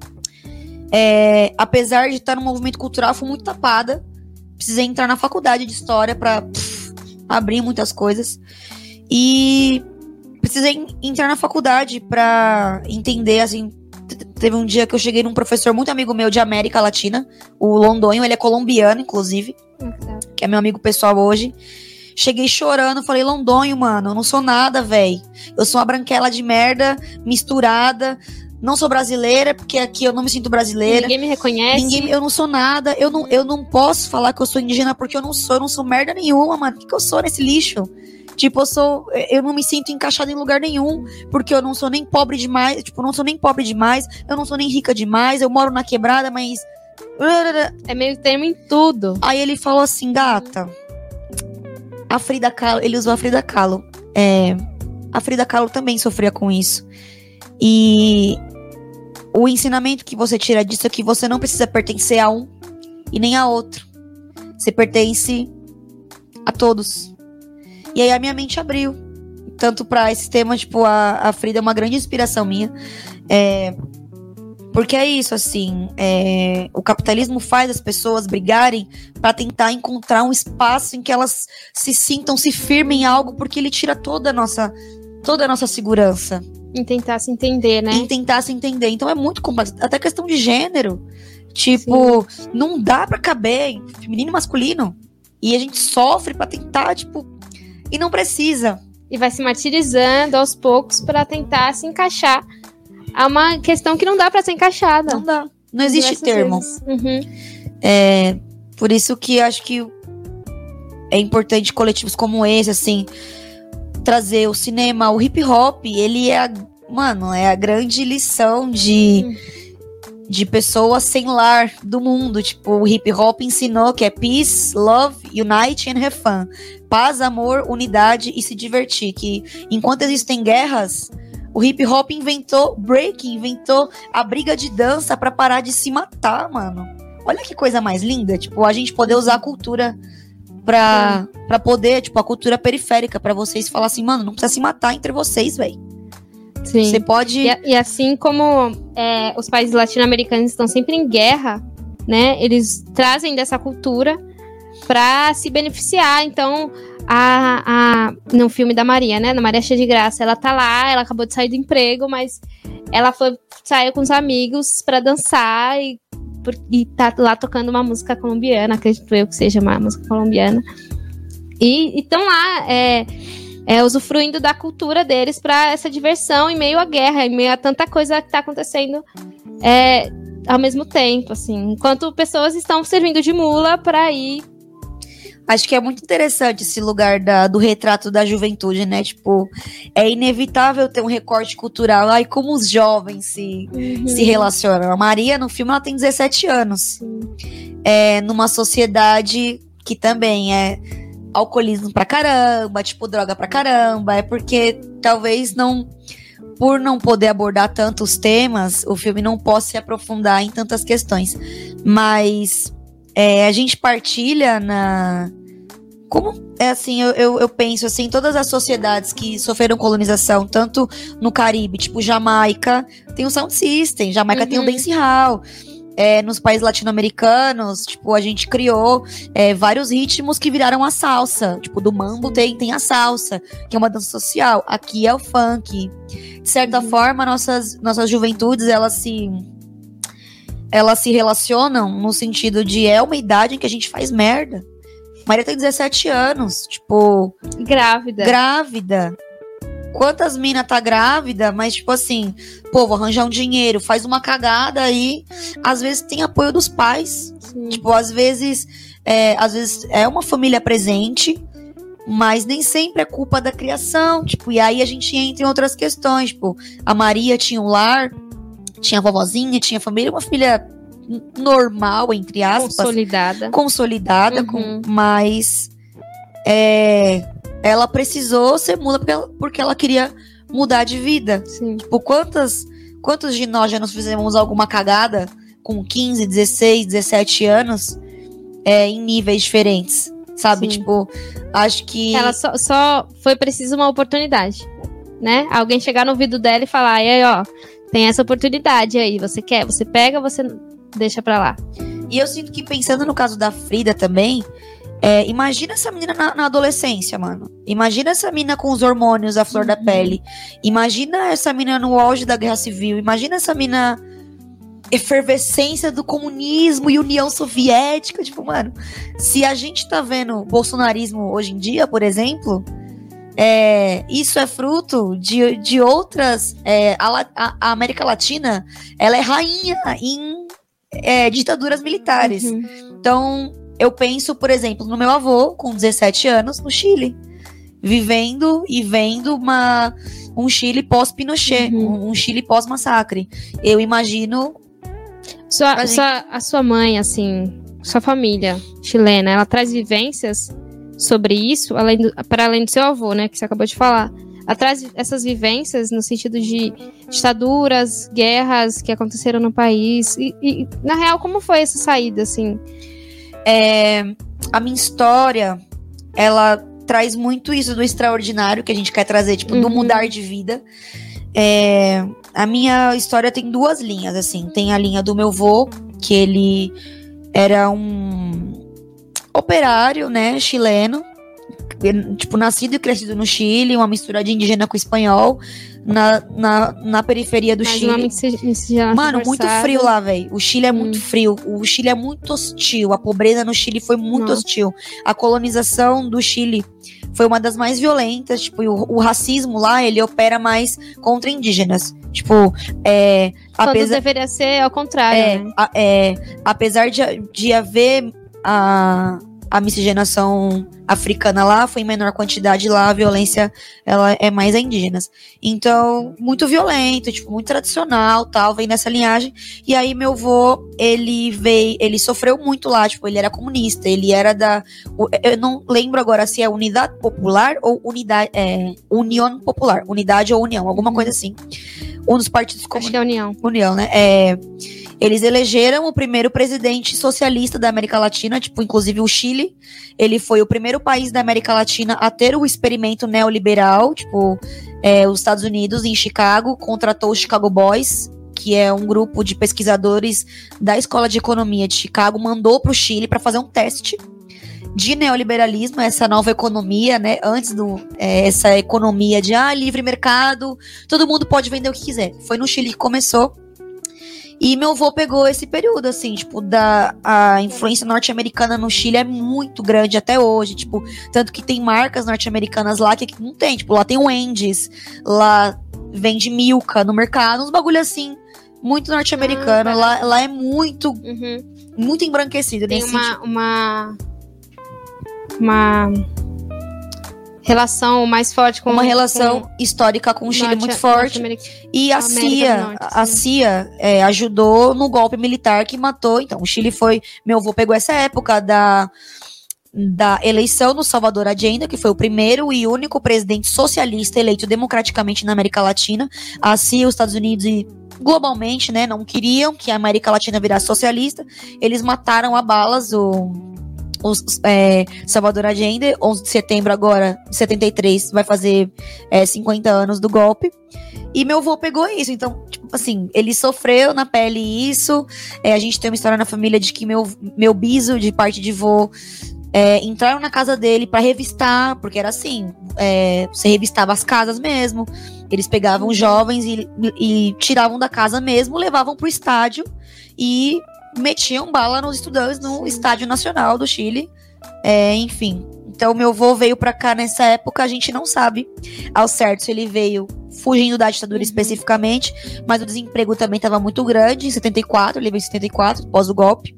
Apesar de estar no movimento cultural, fui muito tapada, precisei entrar na faculdade de história pra abrir muitas coisas, e... precisei entrar na faculdade pra entender, assim... Teve um dia que eu cheguei num professor muito amigo meu de América Latina, o Londonho, ele é colombiano, inclusive, que é meu amigo pessoal hoje. Cheguei chorando, falei, Londonho, mano, eu não sou nada, véi. Eu sou uma branquela de merda, misturada, não sou brasileira, porque aqui eu não me sinto brasileira. Ninguém me reconhece. Eu não sou nada, eu não posso falar que eu sou indígena porque eu não sou merda nenhuma, mano. O que eu sou nesse lixo? Tipo, eu não me sinto encaixada em lugar nenhum, porque eu não sou nem pobre demais, tipo, eu não sou nem pobre demais, eu não sou nem rica demais, eu moro na quebrada, mas... É meio termo em tudo. Aí ele falou assim, gata, a Frida Kahlo, ele usou a Frida Kahlo, a Frida Kahlo também sofria com isso, e o ensinamento que você tira disso é que você não precisa pertencer a um e nem a outro, você pertence a todos. E aí a minha mente abriu. Tanto pra esse tema, tipo, a Frida é uma grande inspiração minha. Porque é isso, assim. O capitalismo faz as pessoas brigarem pra tentar encontrar um espaço em que elas se sintam, se firmem em algo, porque ele tira toda a nossa segurança. Em tentar se entender, né? Em tentar se entender. Então é muito complexo. Até questão de gênero. Tipo, não dá pra caber em feminino e masculino. E a gente sofre pra tentar, tipo... E não precisa. E vai se martirizando aos poucos pra tentar se encaixar a uma questão que não dá pra ser encaixada. Não dá. Não existe termo. Por isso que acho que é importante coletivos como esse, assim, trazer o cinema, o hip hop, ele é a grande lição de pessoas sem lar do mundo. Tipo, o hip hop ensinou que é peace, love, unite and have fun. Paz, amor, unidade e se divertir. Que enquanto existem guerras, o hip hop inventou breaking, inventou a briga de dança pra parar de se matar, mano. Olha que coisa mais linda, tipo, a gente poder usar a cultura pra poder, tipo, a cultura periférica, pra vocês falar assim, mano, não precisa se matar entre vocês, velho. Sim. Você pode... E assim como os países latino-americanos estão sempre em guerra, né, eles trazem dessa cultura pra se beneficiar. Então, no filme da Maria, né, na Maria Cheia de Graça, ela tá lá, ela acabou de sair do emprego, mas ela saiu com os amigos pra dançar e tá lá tocando uma música colombiana, acredito eu que seja uma música colombiana. E estão lá usufruindo da cultura deles para essa diversão em meio à guerra, em meio a tanta coisa que tá acontecendo ao mesmo tempo, assim. Enquanto pessoas estão servindo de mula para ir. Acho que é muito interessante esse lugar do retrato da juventude, né? Tipo, é inevitável ter um recorte cultural. Ai, como os jovens se relacionam. A Maria, no filme, ela tem 17 anos. Numa sociedade que também é alcoolismo pra caramba, tipo, droga pra caramba. É porque talvez por não poder abordar tantos temas, o filme não possa se aprofundar em tantas questões. Mas... a gente partilha eu penso assim, todas as sociedades que sofreram colonização, tanto no Caribe, tipo Jamaica, tem o Sound System, Jamaica tem o dancehall. Nos países latino-americanos, tipo, a gente criou vários ritmos que viraram a salsa. Tipo, do mambo tem a salsa, que é uma dança social. Aqui é o funk. De certa forma, nossas juventudes, elas se relacionam no sentido de uma idade em que a gente faz merda. Maria tem 17 anos, tipo... Grávida. Quantas minas tá grávida, mas tipo assim, pô, vou arranjar um dinheiro, faz uma cagada aí. Às vezes tem apoio dos pais. Sim. Tipo, às vezes é uma família presente, mas nem sempre é culpa da criação. Tipo, e aí a gente entra em outras questões. Tipo, a Maria tinha um lar, tinha a vovozinha, tinha família, uma filha normal, entre aspas. Consolidada, mas ela precisou ser muda porque ela queria mudar de vida. Sim. Tipo, quantos de nós já nos fizemos alguma cagada com 15, 16, 17 anos em níveis diferentes, sabe? Sim. Tipo, acho que... Ela só foi preciso uma oportunidade, né? Alguém chegar no ouvido dela e falar, e aí, ó, tem essa oportunidade aí, você quer? Você pega, você deixa pra lá. E eu sinto que, pensando no caso da Frida também, imagina essa menina na adolescência, mano. Imagina essa menina com os hormônios à flor da pele. Imagina essa menina no auge da Guerra Civil. Imagina essa menina efervescência do comunismo e União Soviética. Tipo, mano, se a gente tá vendo bolsonarismo hoje em dia, por exemplo... isso é fruto de outras... a América Latina, ela é rainha em ditaduras militares. Então, eu penso, por exemplo, no meu avô, com 17 anos, no Chile, vivendo e vendo um Chile pós-Pinochet, um Chile pós-massacre. Eu imagino... A sua mãe, assim, sua família chilena, ela traz vivências sobre isso, para além do seu avô, né, que você acabou de falar. Ela traz essas vivências no sentido de ditaduras, guerras que aconteceram no país. E na real, como foi essa saída, assim? A minha história, ela traz muito isso do extraordinário que a gente quer trazer, tipo, do mudar de vida. A minha história tem duas linhas, assim. Tem a linha do meu avô, que ele era um operário, né, chileno, tipo, nascido e crescido no Chile, uma mistura de indígena com espanhol, na periferia do Chile. Mano, muito frio lá, velho. O Chile é muito frio. O Chile é muito hostil. A pobreza no Chile foi muito hostil. A colonização do Chile foi uma das mais violentas. Tipo, o racismo lá, ele opera mais contra indígenas. Tipo, apesar... deveria ser ao contrário, né? Apesar de haver a miscigenação africana lá, foi em menor quantidade lá, a violência, ela é mais a indígenas. Então, muito violento, tipo, muito tradicional, tal, vem nessa linhagem. E aí, meu avô, ele sofreu muito lá, tipo, ele era comunista, ele era eu não lembro agora se é Unidade Popular ou União Popular, Unidade ou União, alguma coisa assim. Um dos partidos comunistas. Acho que é União. União, né? Eles elegeram o primeiro presidente socialista da América Latina, tipo, inclusive o Chile. Ele foi o primeiro país da América Latina a ter o experimento neoliberal, tipo, os Estados Unidos, em Chicago, contratou os Chicago Boys, que é um grupo de pesquisadores da Escola de Economia de Chicago, mandou para o Chile para fazer um teste de neoliberalismo, essa nova economia, né, antes essa economia de livre mercado, todo mundo pode vender o que quiser. Foi no Chile que começou. E meu avô pegou esse período, assim, tipo, a influência norte-americana no Chile é muito grande até hoje, tipo, tanto que tem marcas norte-americanas lá que aqui não tem, tipo, lá tem o Wendy's, lá vende Milka no mercado, uns bagulho assim, muito norte-americano, lá é muito, muito embranquecido. Tem nesse uma relação mais forte com... Uma relação histórica com o Chile muito forte. E a CIA ajudou no golpe militar que matou. Então, o Chile foi... Meu avô pegou essa época da eleição do Salvador Allende, que foi o primeiro e único presidente socialista eleito democraticamente na América Latina. A CIA, os Estados Unidos e globalmente, né, não queriam que a América Latina virasse socialista. Eles mataram a balas Salvador Allende, 11 de setembro agora, de 73, vai fazer 50 anos do golpe. E meu avô pegou isso, então, tipo assim, ele sofreu na pele isso. A gente tem uma história na família de que meu biso, de parte de vô, entraram na casa dele pra revistar, porque era assim, você revistava as casas mesmo. Eles pegavam os jovens e tiravam da casa mesmo, levavam pro estádio e metiam bala nos estudantes no Estádio Nacional do Chile. Enfim, então meu avô veio pra cá nessa época, a gente não sabe ao certo se ele veio fugindo da ditadura especificamente, mas o desemprego também estava muito grande. Em 74, ele veio em 74, após o golpe.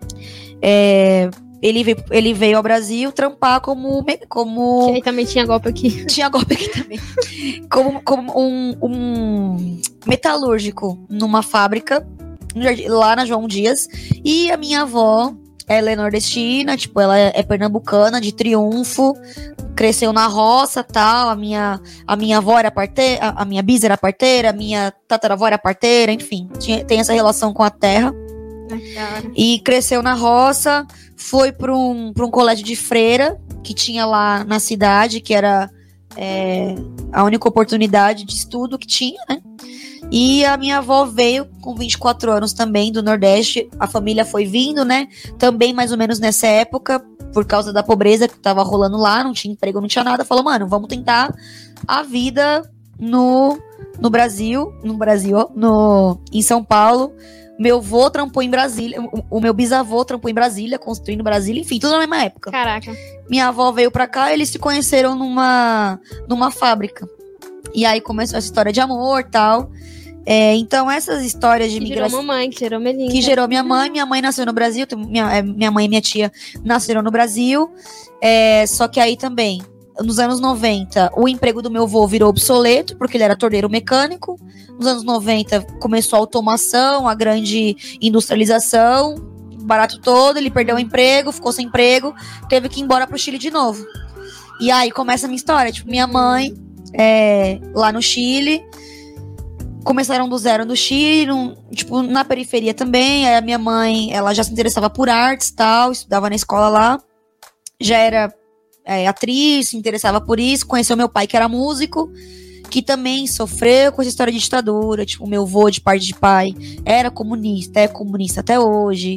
Ele veio ao Brasil trampar como... Que aí também tinha golpe aqui. Tinha golpe aqui também. como um metalúrgico numa fábrica lá na João Dias. E a minha avó, ela é nordestina, tipo, ela é pernambucana, de Triunfo, cresceu na roça, tal. A minha avó era parteira, a minha bisa era parteira, a minha tataravó era parteira, enfim, tem essa relação com a terra. E cresceu na roça, foi para um colégio de freira que tinha lá na cidade, que era a única oportunidade de estudo que tinha, né? E a minha avó veio com 24 anos também do Nordeste. A família foi vindo, né? Também mais ou menos nessa época, por causa da pobreza que tava rolando lá, não tinha emprego, não tinha nada. Falou, mano, vamos tentar a vida no Brasil, em São Paulo. Meu avô trampou em Brasília, o meu bisavô trampou em Brasília, construindo Brasília, enfim, tudo na mesma época. Caraca. Minha avó veio pra cá, eles se conheceram numa fábrica. E aí começou essa história de amor e tal. Então essas histórias de migração... Que gerou mamãe, que gerou Melinda. Que gerou minha mãe nasceu no Brasil, minha mãe e minha tia nasceram no Brasil. Só que aí também, nos anos 90, o emprego do meu avô virou obsoleto, porque ele era torneiro mecânico. Nos anos 90 começou a automação, a grande industrialização, barato todo, ele perdeu o emprego, ficou sem emprego, teve que ir embora pro Chile de novo. E aí começa a minha história, tipo, minha mãe, lá no Chile, começaram do zero no Chile, tipo, na periferia também. Aí a minha mãe, ela já se interessava por artes e tal, estudava na escola lá, já era atriz, se interessava por isso, conheceu meu pai que era músico, que também sofreu com essa história de ditadura. Tipo, meu avô de parte de pai era comunista, é comunista até hoje.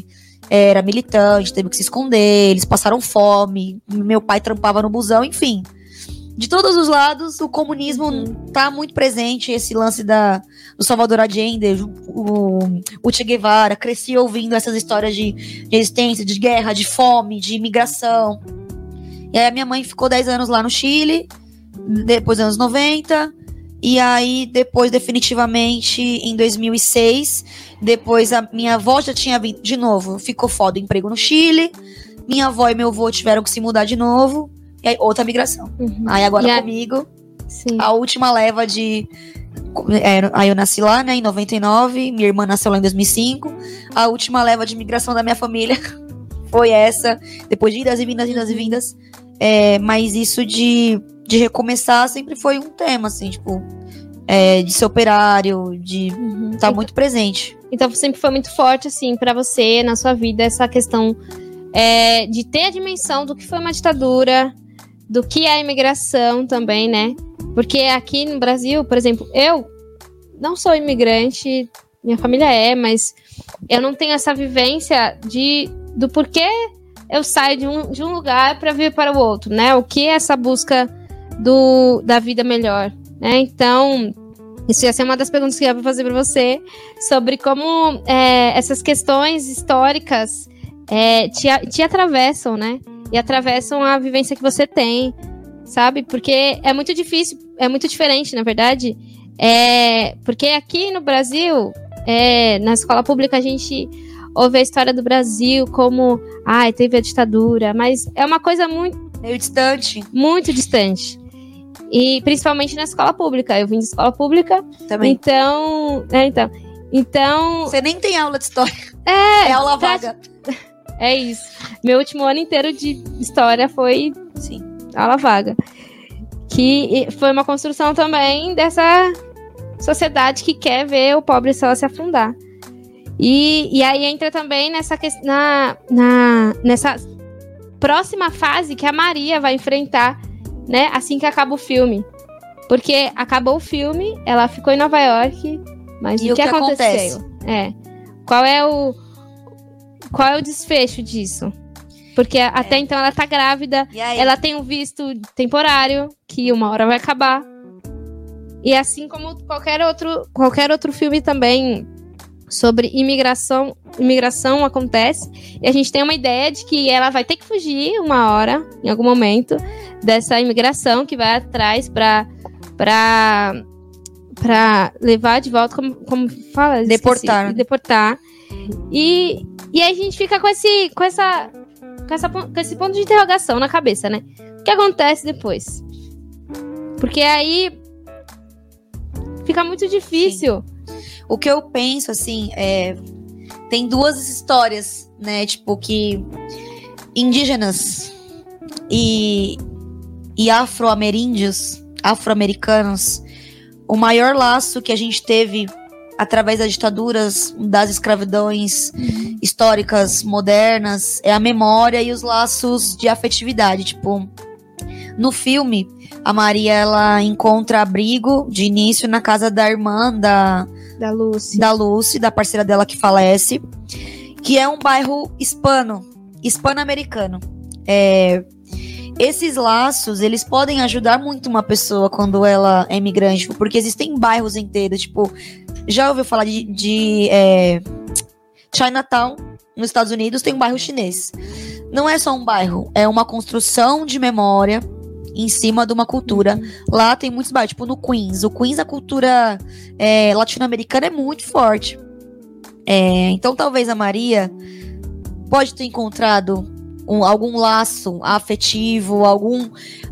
era militante, teve que se esconder, eles passaram fome, meu pai trampava no busão, enfim. De todos os lados, o comunismo tá muito presente, esse lance do Salvador Allende, o Che Guevara, cresci ouvindo essas histórias de resistência, de guerra, de fome, de imigração. E aí a minha mãe ficou 10 anos lá no Chile, depois dos anos 90, e aí depois definitivamente em 2006, depois a minha avó já tinha vindo de novo, ficou foda o emprego no Chile, minha avó e meu avô tiveram que se mudar de novo, e aí outra migração. Aí agora comigo, Sim. a última leva de... Aí eu nasci lá, né, em 99, minha irmã nasceu lá em 2005, a última leva de migração da minha família foi essa, depois de idas e vindas, mas isso de recomeçar sempre foi um tema, assim, tipo, de ser operário, de estar muito presente. Então sempre foi muito forte, assim, pra você, na sua vida, essa questão de ter a dimensão do que foi uma ditadura, do que é a imigração também, né? Porque aqui no Brasil, por exemplo, eu não sou imigrante, minha família mas eu não tenho essa vivência do porquê eu saio de um lugar para vir para o outro, né? O que é essa busca da vida melhor, né? Então, isso ia ser uma das perguntas que eu ia fazer para você, sobre como essas questões históricas te atravessam, né? E atravessam a vivência que você tem, sabe? Porque é muito difícil, é muito diferente, na verdade. Porque aqui no Brasil, na escola pública, a gente ouve a história do Brasil como, teve a ditadura, mas é uma coisa meio distante. Muito distante. E principalmente na escola pública. Eu vim de escola pública. Também. Então... Você nem tem aula de história. É aula vaga. É isso. Meu último ano inteiro de história foi aula vaga. Que foi uma construção também dessa sociedade que quer ver o pobre só se afundar. E aí entra também nessa próxima fase que a Maria vai enfrentar, né, assim que acaba o filme. Porque acabou o filme, ela ficou em Nova York, mas o que aconteceu? Qual é o desfecho disso? Porque até então ela tá grávida, ela tem um visto temporário, que uma hora vai acabar. E assim como qualquer outro filme também sobre imigração acontece, e a gente tem uma ideia de que ela vai ter que fugir uma hora, em algum momento, dessa imigração que vai atrás pra levar de volta, como fala? Deportar. Deportar. E aí a gente fica com esse ponto de interrogação na cabeça, né? O que acontece depois? Porque aí fica muito difícil. Sim. O que eu penso, assim, tem duas histórias, né? Tipo, que indígenas e afro-americanos, o maior laço que a gente teve através das ditaduras, das escravidões históricas modernas, é a memória e os laços de afetividade. Tipo, no filme, a Maria, ela encontra abrigo de início na casa da irmã da Lucy, da parceira dela que falece, que é um bairro hispano-americano. Esses laços, eles podem ajudar muito uma pessoa quando ela é imigrante, porque existem bairros inteiros, tipo, já ouviu falar de Chinatown, nos Estados Unidos, tem um bairro chinês. Não é só um bairro, é uma construção de memória em cima de uma cultura. Lá tem muitos bairros, tipo no Queens. O Queens, a cultura latino-americana é muito forte. Então talvez a Maria pode ter encontrado algum laço afetivo, algum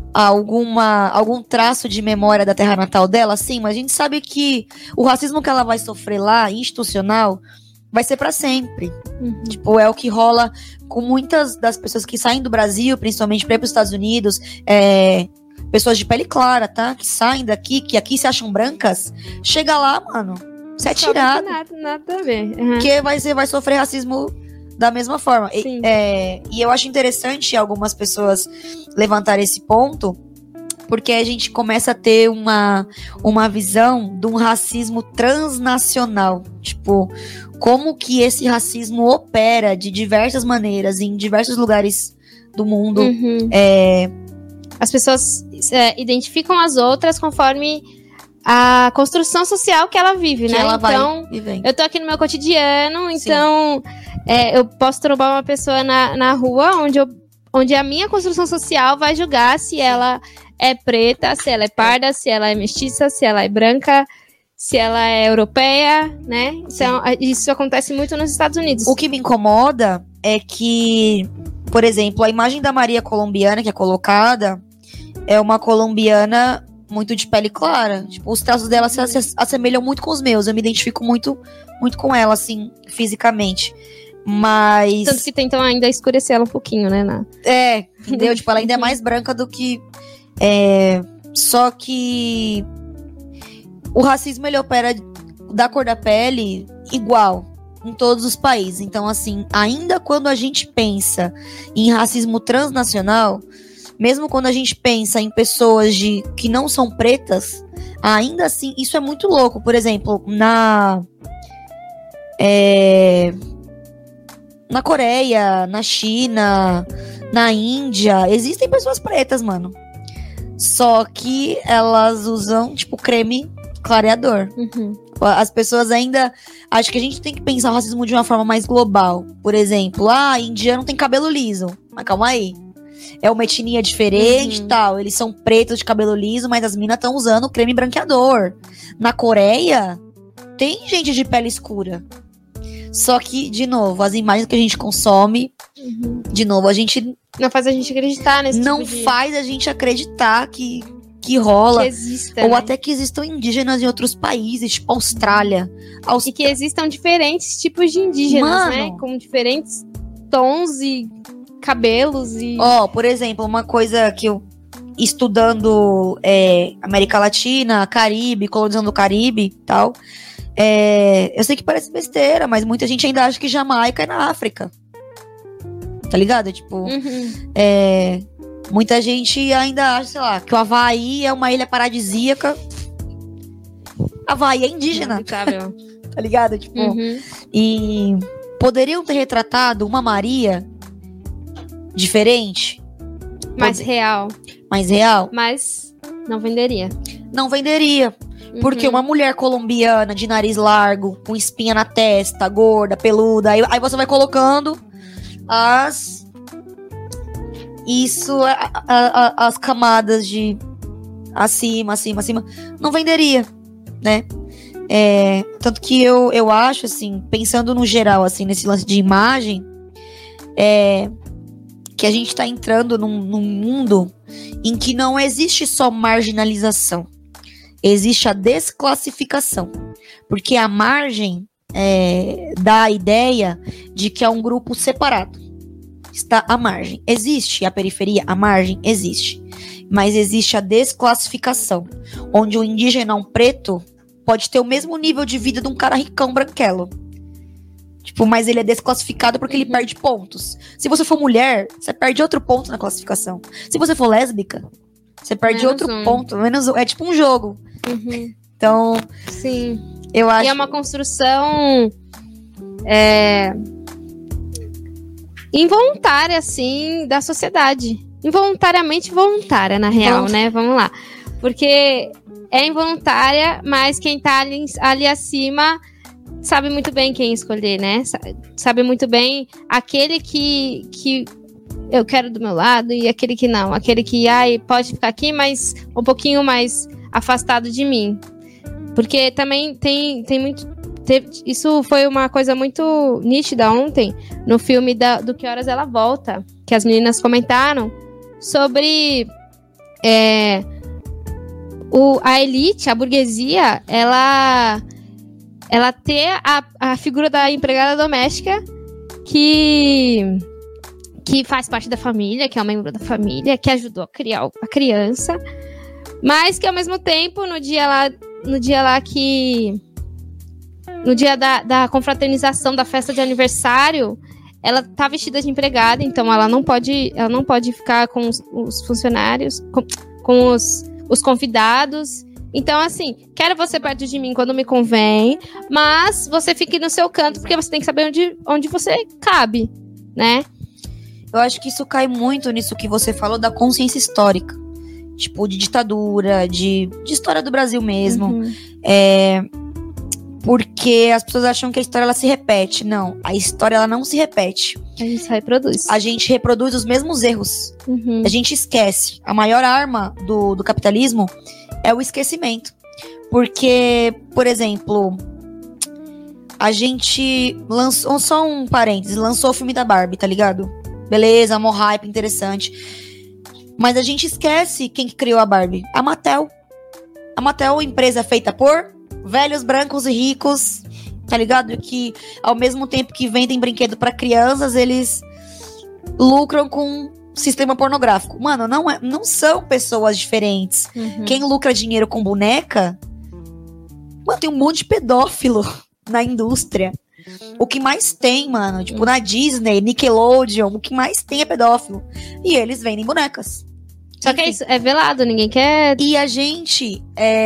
traço de memória da terra natal dela, sim, mas a gente sabe que o racismo que ela vai sofrer lá, institucional, vai ser pra sempre. Tipo, é o que rola com muitas das pessoas que saem do Brasil, principalmente pra ir pros Estados Unidos, pessoas de pele clara, tá? Que saem daqui, que aqui se acham brancas, chega lá, mano, você é tirado. Nada a ver. Porque você vai sofrer racismo da mesma forma. E eu acho interessante algumas pessoas levantarem esse ponto, porque a gente começa a ter uma visão de um racismo transnacional. Tipo, como que esse racismo opera de diversas maneiras em diversos lugares do mundo. As pessoas identificam as outras conforme a construção social que ela vive, Que né? ela vai Então, vivendo. eu tô aqui no meu cotidiano, então eu posso trombar uma pessoa na rua onde a minha construção social vai julgar se ela é preta, se ela é parda, se ela é mestiça, se ela é branca, se ela é europeia, né? Então, isso acontece muito nos Estados Unidos. O que me incomoda é que, por exemplo, a imagem da Maria colombiana que é colocada é uma colombiana muito de pele clara. Tipo, os traços dela se assemelham muito com os meus. Eu me identifico muito, muito com ela, assim, fisicamente. Mas... Tanto que tentam ainda escurecer ela um pouquinho, né? Entendeu? Tipo, ela ainda é mais branca do que... Só que... O racismo, ele opera da cor da pele igual em todos os países. Então, assim, ainda quando a gente pensa em racismo transnacional, mesmo quando a gente pensa em pessoas que não são pretas, ainda assim, isso é muito louco. Por exemplo, na Coreia, na China, na Índia, existem pessoas pretas, mano. Só que elas usam, tipo, creme clareador. As pessoas ainda... Acho que a gente tem que pensar o racismo de uma forma mais global. Por exemplo, indiano tem cabelo liso. Mas calma aí. É uma etnia diferente e tal. Eles são pretos de cabelo liso, mas as minas estão usando creme branqueador. Na Coreia, tem gente de pele escura. Só que, de novo, as imagens que a gente consome, de novo, a gente... Não faz a gente acreditar nesse Não tipo de... faz a gente acreditar que rola. Que exista, ou né? até que existam indígenas em outros países, tipo Austrália. E que existam diferentes tipos de indígenas, Mano. né? Com diferentes tons e cabelos e... Por exemplo, uma coisa que eu... Estudando América Latina, Caribe, colonizando o Caribe e tal... eu sei que parece besteira, mas muita gente ainda acha que Jamaica é na África. Tá ligado? Tipo... Muita gente ainda acha, sei lá, que o Havaí é uma ilha paradisíaca. Havaí é indígena. Tá ligado? Tipo... E poderiam ter retratado uma Maria diferente. Mais real. Mais real. Mas não venderia. Não venderia. Porque uma mulher colombiana de nariz largo, com espinha na testa, gorda, peluda, aí você vai colocando as camadas de acima, não venderia, né? Tanto que eu acho, assim, pensando no geral, assim, nesse lance de imagem, que a gente tá entrando num mundo em que não existe só marginalização. Existe a desclassificação. Porque a margem dá a ideia de que é um grupo separado. Está à margem. Existe a periferia? A margem existe. Mas existe a desclassificação. Onde o indígena, um preto, pode ter o mesmo nível de vida de um cara ricão branquelo. Tipo, mas ele é desclassificado porque ele perde pontos. Se você for mulher, você perde outro ponto na classificação. Se você for lésbica, você perde outro ponto. É tipo um jogo. Então, sim. Eu acho... E é uma construção involuntária, assim, da sociedade. Involuntariamente voluntária, na real, né? Vamos lá. Porque é involuntária, mas quem tá ali acima sabe muito bem quem escolher, né? Sabe muito bem aquele que eu quero do meu lado e aquele que não. Aquele que pode ficar aqui, mas um pouquinho mais afastado de mim. Porque também tem muito... Isso foi uma coisa muito nítida ontem, no filme do Que Horas Ela Volta, que as meninas comentaram sobre a elite, a burguesia, ela ter a figura da empregada doméstica que faz parte da família, que é um membro da família, que ajudou a criar a criança, mas que ao mesmo tempo, no dia da confraternização da festa de aniversário, ela tá vestida de empregada, então ela não pode ficar com os funcionários, com os convidados. Então, assim, quero você perto de mim quando me convém, mas você fique no seu canto, porque você tem que saber onde você cabe, né? Eu acho que isso cai muito nisso que você falou da consciência histórica. Tipo, de ditadura, de história do Brasil mesmo. Porque as pessoas acham que a história ela se repete. Não, a história ela não se repete. A gente reproduz. A gente reproduz os mesmos erros. A gente esquece. A maior arma do capitalismo é o esquecimento. Porque, por exemplo, a gente lançou, só um parênteses, lançou o filme da Barbie, tá ligado? Beleza, mó hype, interessante. Mas a gente esquece quem que criou a Barbie. A Mattel. A Mattel, empresa feita por velhos brancos e ricos, tá ligado? Que ao mesmo tempo que vendem brinquedo pra crianças, eles lucram com sistema pornográfico. Mano, não são pessoas diferentes. Quem lucra dinheiro com boneca... Mano, tem um monte de pedófilo na indústria. O que mais tem, mano, tipo, na Disney, Nickelodeon, o que mais tem é pedófilo. E eles vendem bonecas. Só que é isso, é velado, ninguém quer... E a gente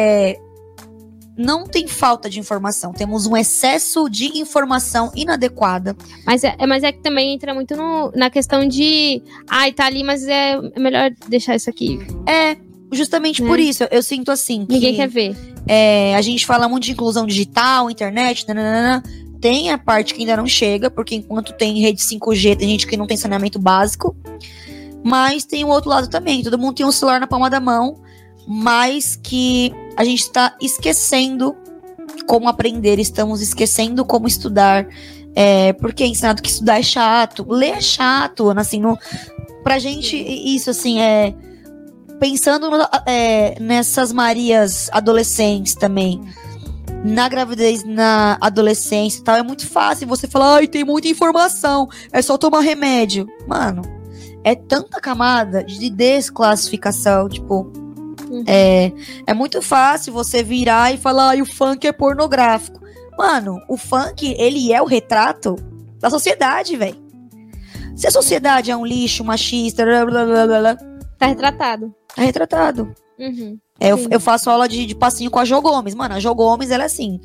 não tem falta de informação, temos um excesso de informação inadequada. Mas é que também entra muito na questão de... Ai, tá ali, mas é melhor deixar isso aqui. Justamente por isso, eu sinto assim que... Ninguém quer ver. A gente fala muito de inclusão digital, internet, nananana. Tem a parte que ainda não chega, porque enquanto tem rede 5G, tem gente que não tem saneamento básico. Mas tem o outro lado também. Todo mundo tem um celular na palma da mão, mas que a gente está esquecendo como aprender, estamos esquecendo como estudar. Porque é ensinado que estudar é chato, ler é chato, assim, pra gente, isso, assim, pensando nessas Marias adolescentes também, na gravidez, na adolescência e tal, é muito fácil você falar, ai, tem muita informação, é só tomar remédio. Mano, é tanta camada de desclassificação, tipo, é muito fácil você virar e falar, ai, o funk é pornográfico. Mano, o funk, ele é o retrato da sociedade, velho. Se a sociedade é um lixo machista, blá, blá, blá, blá, blá, tá retratado. Tá retratado. Eu faço aula de passinho com a Jo Gomes. Mano, a Jo Gomes, ela é assim,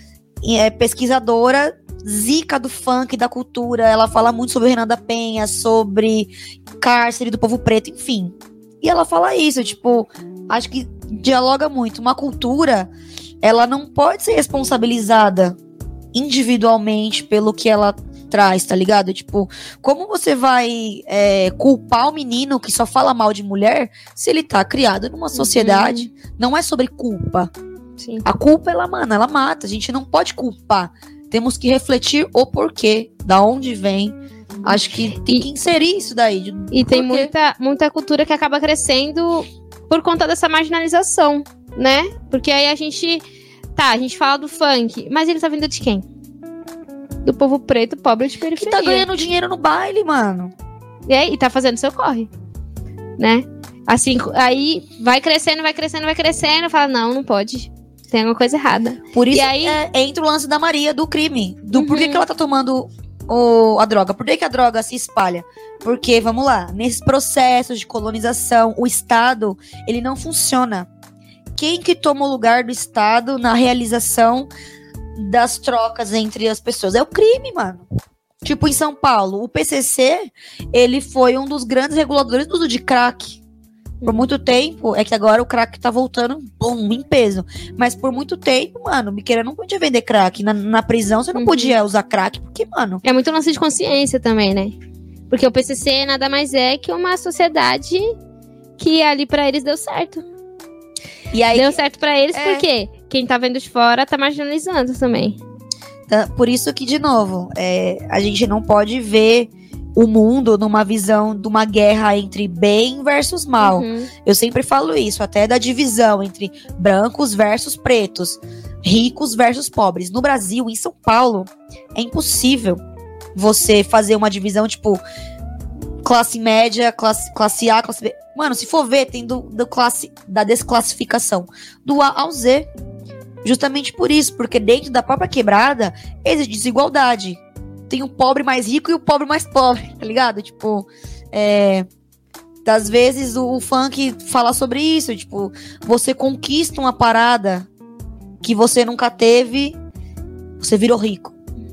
pesquisadora zica do funk, da cultura. Ela fala muito sobre Renata Penha, sobre cárcere do povo preto, enfim. E ela fala isso, tipo, acho que dialoga muito. Uma cultura, ela não pode ser responsabilizada individualmente pelo que ela traz, tá ligado? Tipo, como você vai culpar o menino que só fala mal de mulher se ele tá criado numa sociedade? Não é sobre culpa. Sim. A culpa, ela mata. A gente não pode culpar. Temos que refletir o porquê, da onde vem. Acho que tem que inserir isso daí. E tem muita cultura que acaba crescendo por conta dessa marginalização, né? Porque aí a gente fala do funk, mas ele tá vindo de quem? Do povo preto, pobre de periferia. Que tá ganhando dinheiro no baile, mano. E tá fazendo seu corre, né? Assim, aí vai crescendo, fala, não pode. Tem alguma coisa errada. Por isso e aí entra o lance da Maria, do crime. Por que ela tá tomando a droga? Por que a droga se espalha? Porque, vamos lá, nesses processos de colonização, o Estado, ele não funciona. Quem que toma o lugar do Estado na realização das trocas entre as pessoas? É o crime, mano. Tipo, em São Paulo, o PCC, ele foi um dos grandes reguladores do uso de crack. Por muito tempo, é que agora o crack tá voltando, em peso. Mas por muito tempo, mano, o biqueira não podia vender crack. Na prisão, você não podia usar crack, porque, mano... É muito lance de consciência também, né? Porque o PCC nada mais é que uma sociedade que ali pra eles deu certo. E aí, deu certo pra eles porque quem tá vendo de fora tá marginalizando também. Por isso que, de novo, a gente não pode ver o mundo numa visão de uma guerra entre bem versus mal. Eu sempre falo isso, até da divisão entre brancos versus pretos, ricos versus pobres. No Brasil, em São Paulo, é impossível você fazer uma divisão, tipo, classe média, classe A, classe B. Mano, se for ver, tem da desclassificação, do A ao Z. Justamente por isso, porque dentro da própria quebrada existe desigualdade. Tem o pobre mais rico e o pobre mais pobre, tá ligado? Tipo, Das vezes o funk fala sobre isso, tipo, você conquista uma parada que você nunca teve, você virou rico.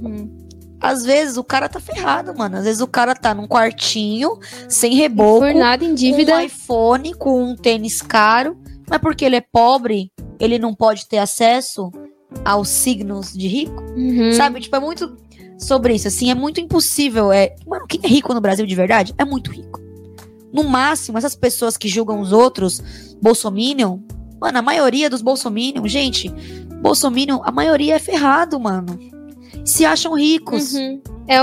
Às vezes o cara tá ferrado, mano. Às vezes o cara tá num quartinho, sem reboco, Fornado em dívida. com um iPhone, com um tênis caro. Mas porque ele é pobre, ele não pode ter acesso aos signos de rico? Sabe? Tipo, é muito sobre isso, assim. É muito impossível. Mano, quem é rico no Brasil de verdade é muito rico. No máximo, essas pessoas que julgam os outros, Bolsominion, mano, a maioria dos Bolsominion, gente, Bolsominion, a maioria é ferrado, mano. Se acham ricos. É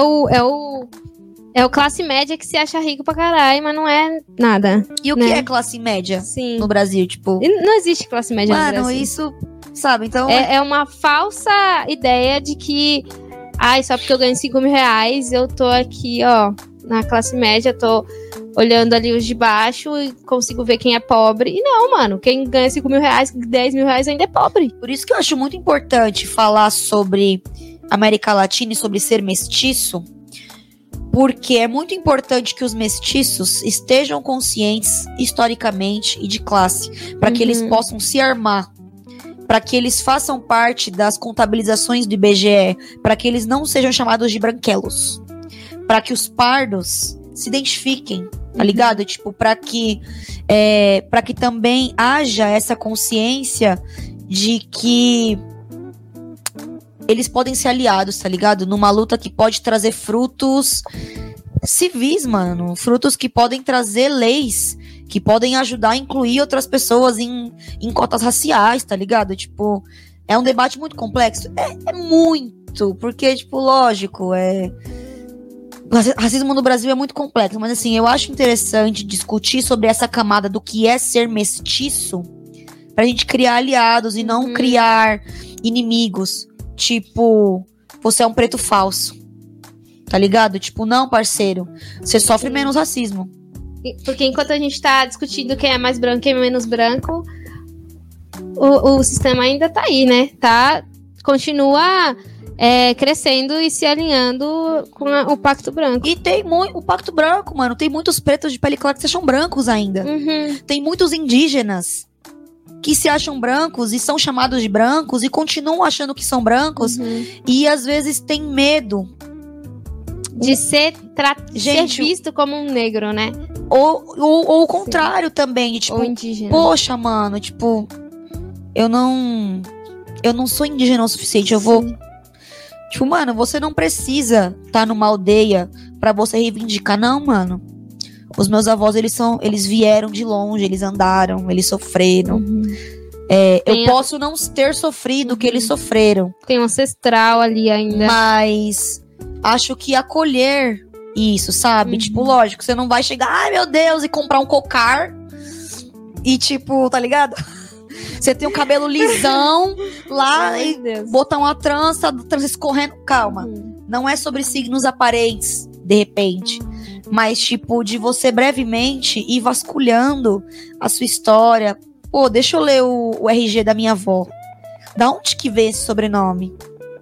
o classe média que se acha rico pra caralho, mas não é nada. E o né? que é classe média Sim. no Brasil? Tipo, E não existe classe média no mano, Brasil. isso, sabe? Então, É uma falsa ideia de que, só porque eu ganho 5 mil reais, eu tô aqui, ó, na classe média, tô olhando ali os de baixo e consigo ver quem é pobre. E não, mano, quem ganha 5 mil reais, 10 mil reais ainda é pobre. por isso que eu acho muito importante falar sobre América Latina e sobre ser mestiço, porque é muito importante que os mestiços estejam conscientes historicamente e de classe, para que eles possam se armar, para que eles façam parte das contabilizações do IBGE, para que eles não sejam chamados de branquelos, para que os pardos se identifiquem, tá ligado? Tipo, para que também haja essa consciência de que eles podem ser aliados, tá ligado? Numa luta que pode trazer frutos civis, mano. Frutos que podem trazer leis, que podem ajudar a incluir outras pessoas em cotas raciais, tá ligado? Tipo, é um debate muito complexo. É muito, porque, tipo, lógico, racismo no Brasil é muito complexo, mas assim, eu acho interessante discutir sobre essa camada do que é ser mestiço, pra gente criar aliados e não criar inimigos. Tipo, você é um preto falso. Tá ligado? Tipo, não, parceiro. Você sofre menos racismo. Porque enquanto a gente tá discutindo quem é mais branco e quem é menos branco, o sistema ainda tá aí, né? Continua crescendo e se alinhando com o Pacto Branco. E tem o Pacto Branco, mano. Tem muitos pretos de pele clara que se acham brancos ainda. Tem muitos indígenas que se acham brancos e são chamados de brancos e continuam achando que são brancos e às vezes tem medo de ser visto como um negro, né? Ou o contrário também, de, tipo, ou indígena. Poxa, mano, tipo, eu não sou indígena o suficiente, eu vou... Tipo, mano, você não precisa estar numa aldeia pra você reivindicar, não, mano. Os meus avós, eles vieram de longe, eles andaram, eles sofreram. Eu posso não ter sofrido o que eles sofreram. Tem um ancestral ali ainda. Mas acho que acolher isso, sabe? Tipo, lógico, você não vai chegar, ai meu Deus, e comprar um cocar e tipo, tá ligado? Você tem um cabelo lisão lá Ai, e Deus. botar uma trança escorrendo. Calma. Não é sobre signos aparentes, de repente. Mas, tipo, de você brevemente ir vasculhando a sua história. Pô, deixa eu ler o RG da minha avó. Da onde que veio esse sobrenome?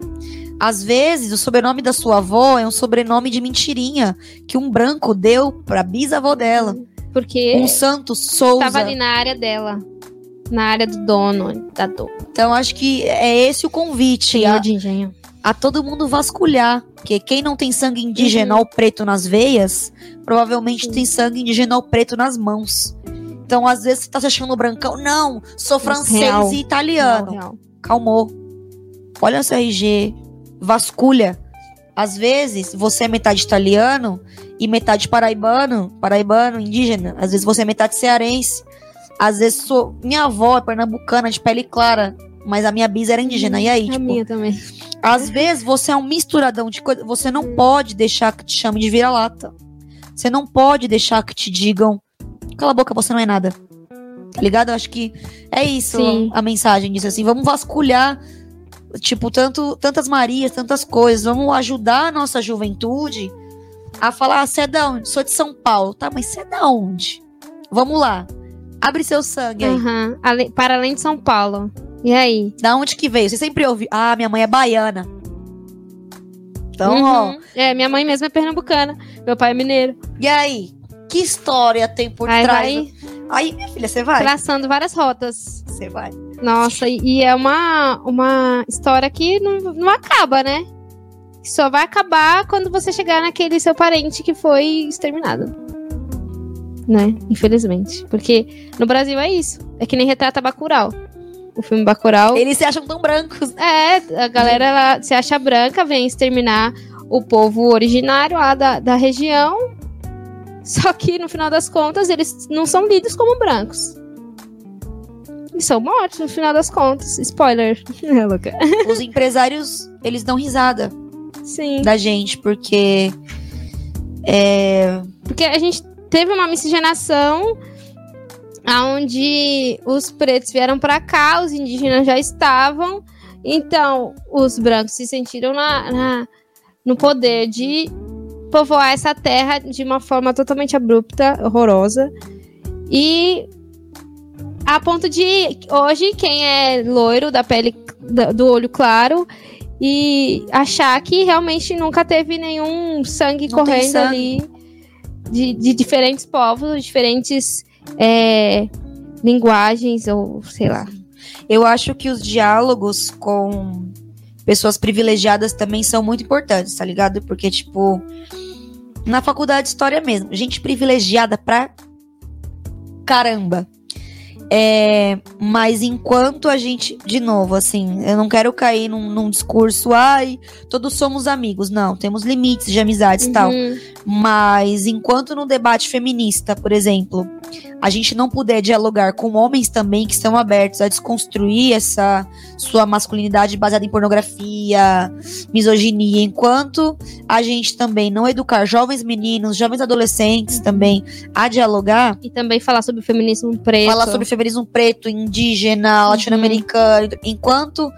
Às vezes, o sobrenome da sua avó é um sobrenome de mentirinha que um branco deu pra bisavó dela. Porque Um Santos Souza. estava ali na área dela. Na área do dono, da dona. Então, acho que é esse o convite. Senhor de engenho. A todo mundo vasculhar. Porque quem não tem sangue indígena ou preto nas veias, provavelmente tem sangue indígena ou preto nas mãos. Então, às vezes, você tá se achando brancão. Não, sou francês Real. e italiano. Real. Calmou. Olha seu RG. Vasculha. Às vezes, você é metade italiano e metade paraibano. Paraibano, indígena. Às vezes, você é metade cearense. Às vezes, minha avó é pernambucana, de pele clara. Mas a minha bisa era indígena. E aí, A tipo... minha também. Às vezes você é um misturadão de coisas. Você não pode deixar que te chame de vira-lata. Você não pode deixar que te digam: cala a boca, você não é nada. Tá ligado? Eu acho que é isso. Sim. A mensagem disso, assim. Vamos vasculhar, tipo, tantas Marias, tantas coisas. Vamos ajudar a nossa juventude a falar: você é da onde? Sou de São Paulo. Tá, mas você é da onde? Vamos lá. Abre seu sangue aí. Para além de São Paulo. E aí? Da onde que veio? Você sempre ouve: ah, minha mãe é baiana. Então, ó. Minha mãe mesmo é pernambucana. Meu pai é mineiro. E aí? Que história tem por trás? Aí, minha filha, você vai. Traçando várias rotas. Você vai. Nossa, e é uma história que não acaba, né? Só vai acabar quando você chegar naquele seu parente que foi exterminado. Né? Infelizmente. Porque no Brasil é isso. É que nem retrata Bacurau. O filme Bacurau. Eles se acham tão brancos. A galera ela se acha branca, vem exterminar o povo originário lá da região. Só que no final das contas eles não são lidos como brancos. Eles são mortos no final das contas. Spoiler. É louca. Os empresários, eles dão risada. Sim. Da gente, porque Porque a gente teve uma miscigenação onde os pretos vieram pra cá, os indígenas já estavam, então os brancos se sentiram no poder de povoar essa terra de uma forma totalmente abrupta, horrorosa, e a ponto de hoje quem é loiro, da pele, do olho claro, e achar que realmente nunca teve nenhum sangue Não correndo sangue. ali de diferentes povos, diferentes linguagens, ou sei lá. eu acho que os diálogos com pessoas privilegiadas também são muito importantes, tá ligado? Porque, tipo, na faculdade de história mesmo, gente privilegiada pra caramba. Mas enquanto a gente, de novo, assim, eu não quero cair num discurso, todos somos amigos. Não, temos limites de amizades e tal. Mas enquanto no debate feminista, por exemplo, a gente não puder dialogar com homens também que estão abertos a desconstruir essa sua masculinidade baseada em pornografia, misoginia, enquanto a gente também não educar jovens meninos, jovens adolescentes também a dialogar. E também falar sobre o feminismo preto. Falar sobre feminismo preto, indígena, latino-americano. Enquanto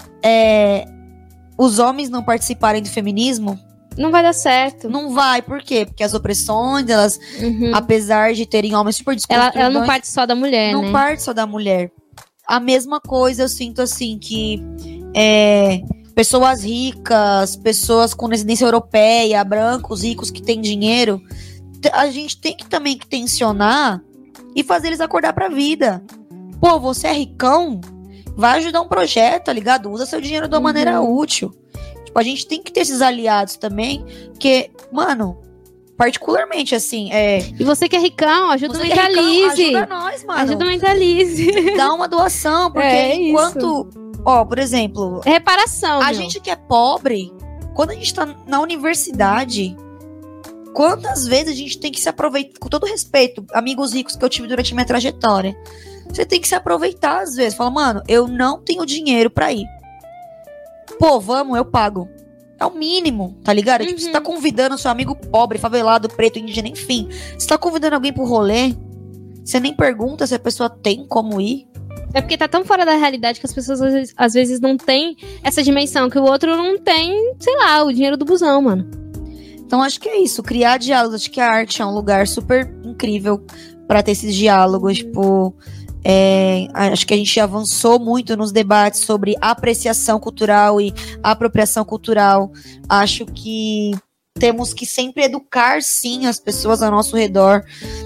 os homens não participarem do feminismo, não vai dar certo. não vai. Por quê? Porque as opressões, elas, apesar de terem homens super desconstruídos, ela não parte só da mulher, não né? parte só da mulher. A mesma coisa eu sinto assim, que pessoas ricas, pessoas com residência europeia, brancos, ricos que têm dinheiro, a gente tem que também tensionar e fazer eles acordar pra vida. Pô, você é ricão? Vai ajudar um projeto, tá ligado? Usa seu dinheiro de uma maneira útil. Tipo, a gente tem que ter esses aliados também, porque, mano, particularmente, assim, E você que é ricão, ajuda o você que é ricão, Mentalize. ajuda nós, mano. Ajuda o Mentalize. Dá uma doação, porque enquanto... Ó, por exemplo... É reparação, A gente que é pobre, quando a gente tá na universidade... Quantas vezes a gente tem que se aproveitar, com todo respeito, amigos ricos que eu tive durante a minha trajetória, você tem que se aproveitar às vezes. Fala, mano, eu não tenho dinheiro pra ir. Pô, vamos, eu pago. É o mínimo, tá ligado? Tipo, você tá convidando seu amigo pobre, favelado, preto, indígena, enfim. Você tá convidando alguém pro rolê, você nem pergunta se a pessoa tem como ir. É porque tá tão fora da realidade que as pessoas às vezes não têm essa dimensão, que o outro não tem, sei lá, o dinheiro do busão, mano. Então acho que é isso, criar diálogos. Acho que a arte é um lugar super incrível pra ter esses diálogos. Tipo, acho que a gente avançou muito nos debates sobre apreciação cultural e apropriação cultural. Acho que temos que sempre educar, sim, as pessoas ao nosso redor.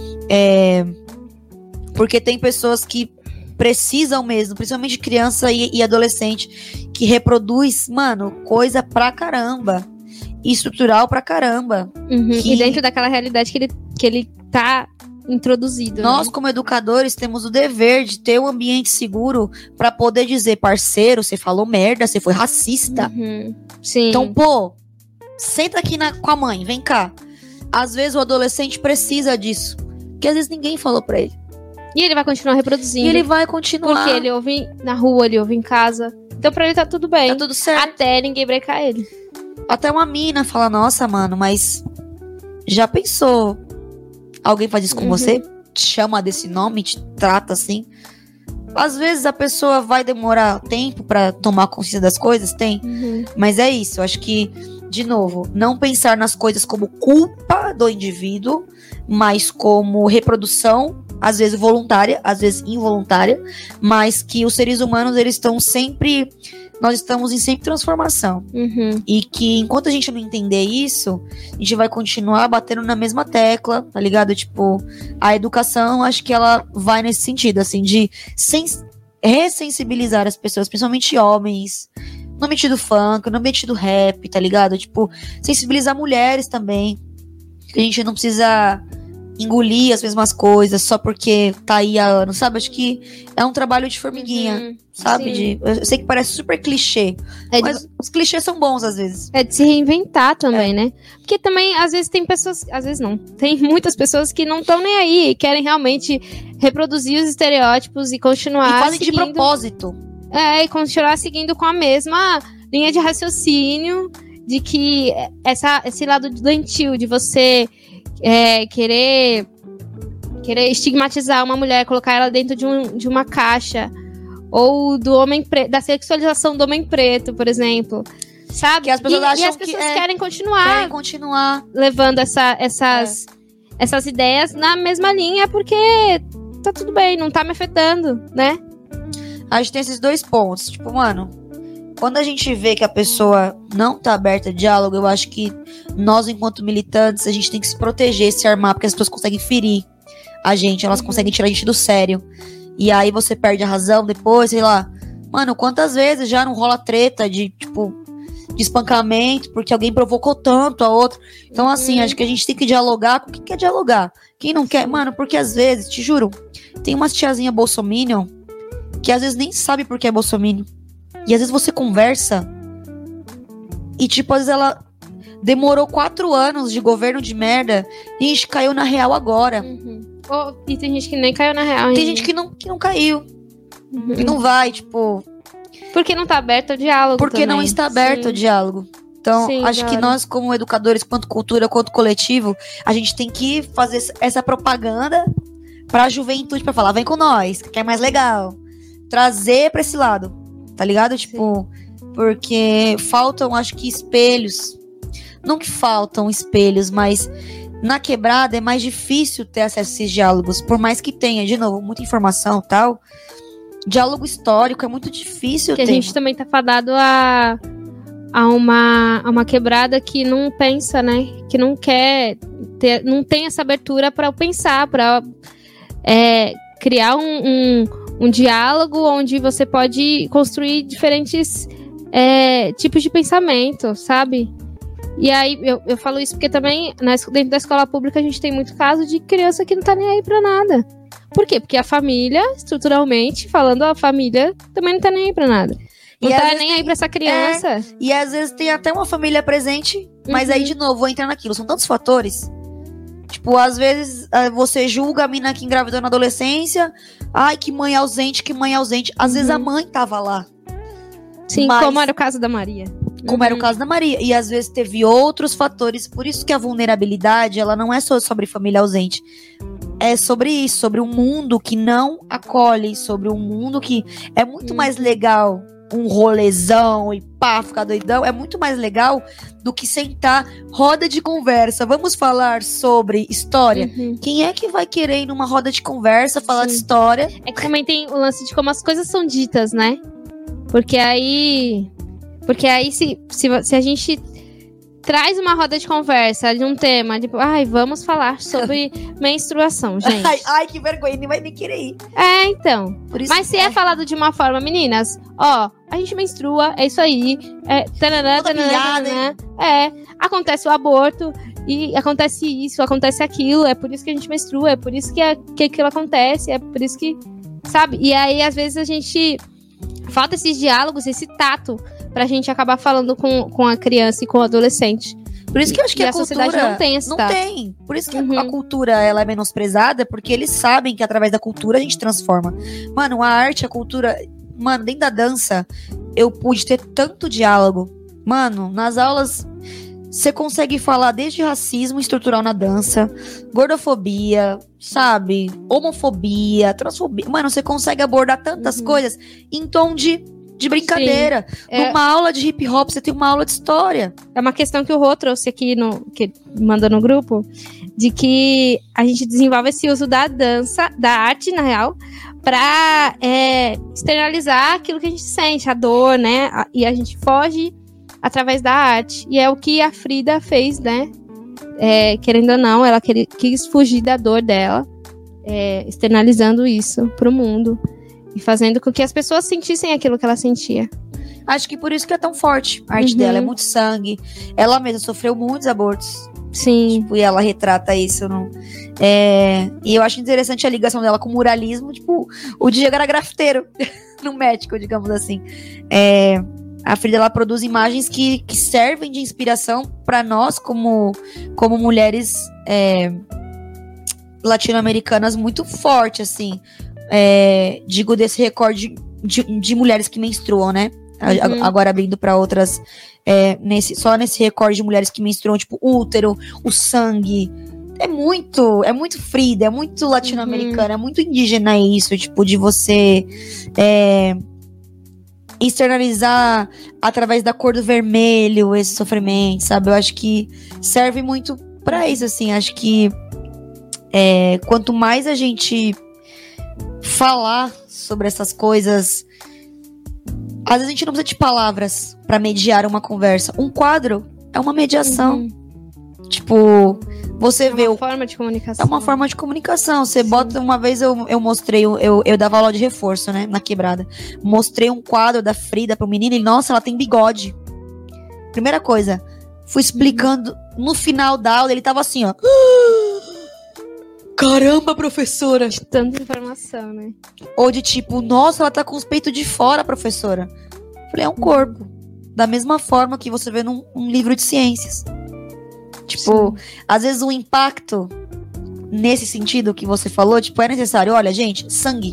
Porque tem pessoas que precisam mesmo, principalmente criança e adolescente, que reproduz, mano, coisa pra caramba. E estrutural pra caramba. E dentro daquela realidade que ele tá introduzido. Nós, né? como educadores, temos o dever de ter um ambiente seguro pra poder dizer, parceiro, você falou merda, você foi racista. Sim. Então, pô, senta aqui com a mãe, vem cá. Às vezes o adolescente precisa disso, porque às vezes ninguém falou pra ele. E ele vai continuar reproduzindo. E ele vai continuar. Porque ele ouve na rua, ele ouve em casa. Então pra ele tá tudo bem. Tá tudo certo. Até ninguém brecar ele. Até uma mina fala, nossa, mano, mas já pensou? Alguém faz isso com você? Te chama desse nome, te trata assim? Às vezes a pessoa vai demorar tempo pra tomar consciência das coisas, tem. Mas é isso, eu acho que, de novo, não pensar nas coisas como culpa do indivíduo, mas como reprodução às vezes voluntária, às vezes involuntária, mas que os seres humanos, eles estão sempre... Nós estamos em sempre transformação. Uhum. E que enquanto a gente não entender isso, a gente vai continuar batendo na mesma tecla, tá ligado? Tipo, a educação, acho que ela vai nesse sentido, assim, de ressensibilizar as pessoas, principalmente homens, no ambiente do funk, no ambiente do rap, tá ligado? Tipo, sensibilizar mulheres também. Que a gente não precisa engolir as mesmas coisas só porque tá aí há anos, sabe? Acho que é um trabalho de formiguinha, sabe? Eu sei que parece super clichê, mas os clichês são bons às vezes. É de se reinventar também, né? Porque também, às vezes, tem pessoas... Às vezes não. Tem muitas pessoas que não estão nem aí, querem realmente reproduzir os estereótipos e continuar E fazem seguindo, de propósito. e continuar seguindo com a mesma linha de raciocínio de que esse lado doentio de você querer estigmatizar uma mulher, colocar ela dentro de uma caixa, ou do homem da sexualização do homem preto, por exemplo, sabe? Que as pessoas acham e as pessoas querem continuar levando essas ideias na mesma linha, porque tá tudo bem, não tá me afetando, né? A gente tem esses dois pontos, tipo, mano, quando a gente vê que a pessoa não tá aberta a diálogo, eu acho que nós, enquanto militantes, a gente tem que se proteger, se armar, porque as pessoas conseguem ferir a gente, elas conseguem tirar a gente do sério. E aí você perde a razão depois, sei lá. Mano, quantas vezes já não rola treta de espancamento, porque alguém provocou tanto a outra. Então, assim, acho que a gente tem que dialogar com quem quer dialogar. Quem não quer, mano, porque às vezes, te juro, tem umas tiazinha bolsominion que às vezes nem sabe por que é bolsominion. E às vezes você conversa e, tipo, às vezes ela demorou 4 anos de governo de merda e a gente caiu na real agora. E tem gente que nem caiu na real. Tem gente que não caiu. Que não vai, tipo... Porque não tá aberto ao diálogo. Porque também. não está aberto ao diálogo. Então, acho que nós, como educadores, quanto cultura, quanto coletivo, a gente tem que fazer essa propaganda pra juventude, pra falar, vem com nós, que é mais legal. Trazer pra esse lado. Tá ligado? Tipo, porque faltam, acho que, espelhos. Não que faltam espelhos, mas na quebrada é mais difícil ter acesso a esses diálogos. Por mais que tenha, de novo, muita informação e tal, diálogo histórico é muito difícil ter. A gente também tá fadado a uma quebrada que não pensa, né? Que não quer ter, não tem essa abertura para pensar, para criar um diálogo onde você pode construir diferentes tipos de pensamento, sabe? E aí, eu falo isso porque também, dentro da escola pública, a gente tem muito caso de criança que não tá nem aí pra nada. Por quê? Porque a família, estruturalmente, falando, a família também não tá nem aí pra nada. Não tá nem aí pra essa criança. E às vezes tem até uma família presente, mas aí, de novo, vou entrar naquilo. São tantos fatores. Tipo, às vezes, você julga a mina que engravidou na adolescência. Ai, que mãe ausente, que mãe ausente. Às vezes a mãe tava lá. Sim, como era o caso da Maria. Como era o caso da Maria. E às vezes teve outros fatores. Por isso que a vulnerabilidade, ela não é só sobre família ausente. É sobre isso, sobre um mundo que não acolhe, sobre um mundo que é muito mais legal um rolezão e pá, ficar doidão. É muito mais legal do que sentar, roda de conversa. Vamos falar sobre história? Quem é que vai querer ir numa roda de conversa, falar de história? É que também tem o lance de como as coisas são ditas, né? Porque aí se a gente traz uma roda de conversa de um tema, tipo, vamos falar sobre menstruação, gente. Ai, que vergonha, nem vai nem querer ir. Então. Mas se é falado de uma forma, meninas, a gente menstrua, é isso aí. Acontece o aborto, e acontece isso, acontece aquilo, é por isso que a gente menstrua, é por isso que aquilo acontece, é por isso que, sabe? E aí, às vezes, a gente falta esses diálogos, esse tato, pra gente acabar falando com a criança e com o adolescente. Por isso que eu acho que a cultura sociedade não tem esse tato. Não tem. Por isso que a cultura, ela é menosprezada, porque eles sabem que através da cultura a gente transforma. Mano, a arte, a cultura... Mano, dentro da dança, eu pude ter tanto diálogo. Mano, nas aulas, você consegue falar desde racismo estrutural na dança, gordofobia, sabe? Homofobia, transfobia. Mano, você consegue abordar tantas coisas em tom de brincadeira. Numa aula de hip hop, você tem uma aula de história. É uma questão que o Rô trouxe aqui, que mandou no grupo, de que a gente desenvolve esse uso da dança, da arte, na real, para externalizar aquilo que a gente sente, a dor, né? E a gente foge através da arte. E é o que a Frida fez, né? Querendo ou não, ela quis fugir da dor dela, externalizando isso pro mundo e fazendo com que as pessoas sentissem aquilo que ela sentia. Acho que por isso que é tão forte a arte dela, é muito sangue. Ela mesma sofreu muitos abortos. Sim. Tipo, e ela retrata isso. E eu acho interessante a ligação dela com o muralismo. Tipo, o Diego era grafiteiro no México, digamos assim. A Frida, ela produz imagens que servem de inspiração para nós como mulheres latino-americanas muito forte, assim. Digo, desse recorde de mulheres que menstruam, né? Agora abrindo para outras, só nesse recorde de mulheres que menstruam, tipo, útero, o sangue. É muito Frida, é muito latino-americana, é muito indígena isso, tipo, de você externalizar através da cor do vermelho esse sofrimento, sabe? Eu acho que serve muito pra isso, assim. Acho que quanto mais a gente falar sobre essas coisas, às vezes a gente não precisa de palavras pra mediar uma conversa. Um quadro é uma mediação. Tipo, você vê... É uma forma de comunicação. É uma forma de comunicação. Você bota... Uma vez eu mostrei... Eu dava aula de reforço, né? Na quebrada. Mostrei um quadro da Frida pro menino. E, nossa, ela tem bigode. Primeira coisa. Fui explicando. No final da aula, ele tava assim, ó. Caramba, professora! De tanta informação, né? Ou de tipo, nossa, ela tá com os peitos de fora, professora. Falei, é um corpo. Da mesma forma que você vê num livro de ciências. Tipo, às vezes o impacto, nesse sentido que você falou, tipo, é necessário. Olha, gente, sangue.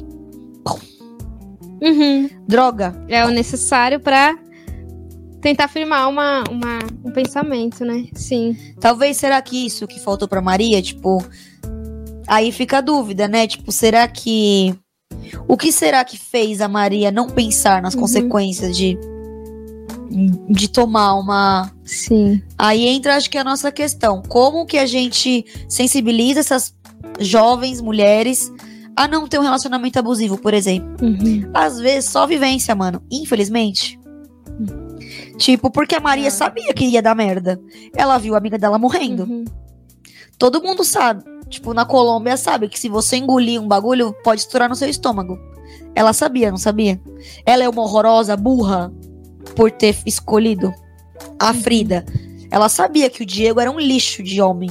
Droga. É o necessário pra tentar afirmar um pensamento, né? Sim. Talvez, será que isso que faltou pra Maria, tipo... Aí fica a dúvida, né? Tipo, será que... O que será que fez a Maria não pensar nas consequências de tomar uma... Sim. Aí entra, acho que a nossa questão. Como que a gente sensibiliza essas jovens mulheres a não ter um relacionamento abusivo, por exemplo? Às vezes, só vivência, mano. Infelizmente. Tipo, porque a Maria sabia que ia dar merda. Ela viu a amiga dela morrendo. Todo mundo sabe. Tipo, na Colômbia sabe que se você engolir um bagulho, pode estourar no seu estômago. Ela sabia, não sabia? Ela é uma horrorosa burra por ter escolhido a Frida. Ela sabia que o Diego era um lixo de homem.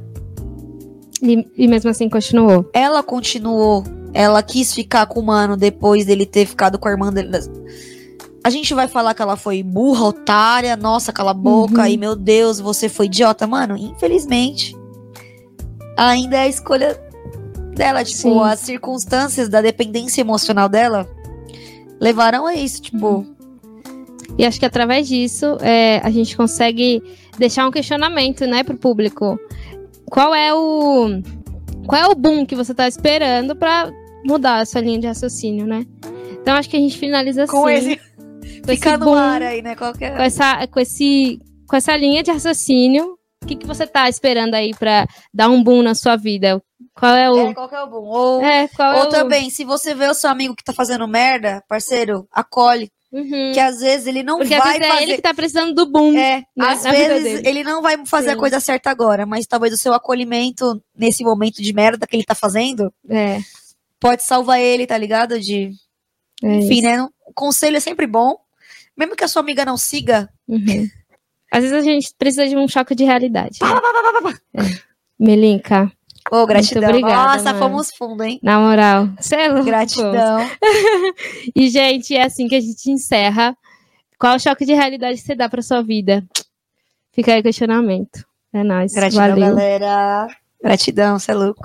E mesmo assim continuou. Ela continuou. Ela quis ficar com o mano depois dele ter ficado com a irmã dele. A gente vai falar que ela foi burra, otária, nossa, cala a boca, e meu Deus, você foi idiota. Mano, infelizmente... ainda é a escolha dela, tipo, as circunstâncias da dependência emocional dela levaram a isso, tipo... E acho que através disso, a gente consegue deixar um questionamento, né, pro público. Qual é o boom que você tá esperando pra mudar a sua linha de raciocínio, né? Então acho que a gente finaliza assim. Fica no ar aí, né? Com essa linha de raciocínio. O que você tá esperando aí pra dar um boom na sua vida? Qual é o... qual que é o boom? Ou também, se você vê o seu amigo que tá fazendo merda, parceiro, acolhe. Que às vezes ele não porque vai às vezes fazer... é ele que tá precisando do boom. Né? Às vezes ele não vai fazer a coisa certa agora, mas talvez o seu acolhimento nesse momento de merda que ele tá fazendo pode salvar ele, tá ligado? Enfim, né? O conselho é sempre bom. Mesmo que a sua amiga não siga... Às vezes a gente precisa de um choque de realidade. Melinka. Gratidão. Muito obrigada, nossa, mano. Fomos fundo, hein? Na moral. Cê é louco. Gratidão. E, gente, é assim que a gente encerra. Qual o choque de realidade que você dá pra sua vida? Fica aí o questionamento. É nóis. Gratidão, valeu. galera. Gratidão, cê é louco.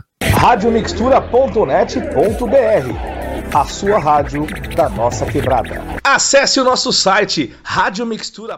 Radiomixtura.net.br, a sua rádio da nossa quebrada. Acesse o nosso site radiomixtura.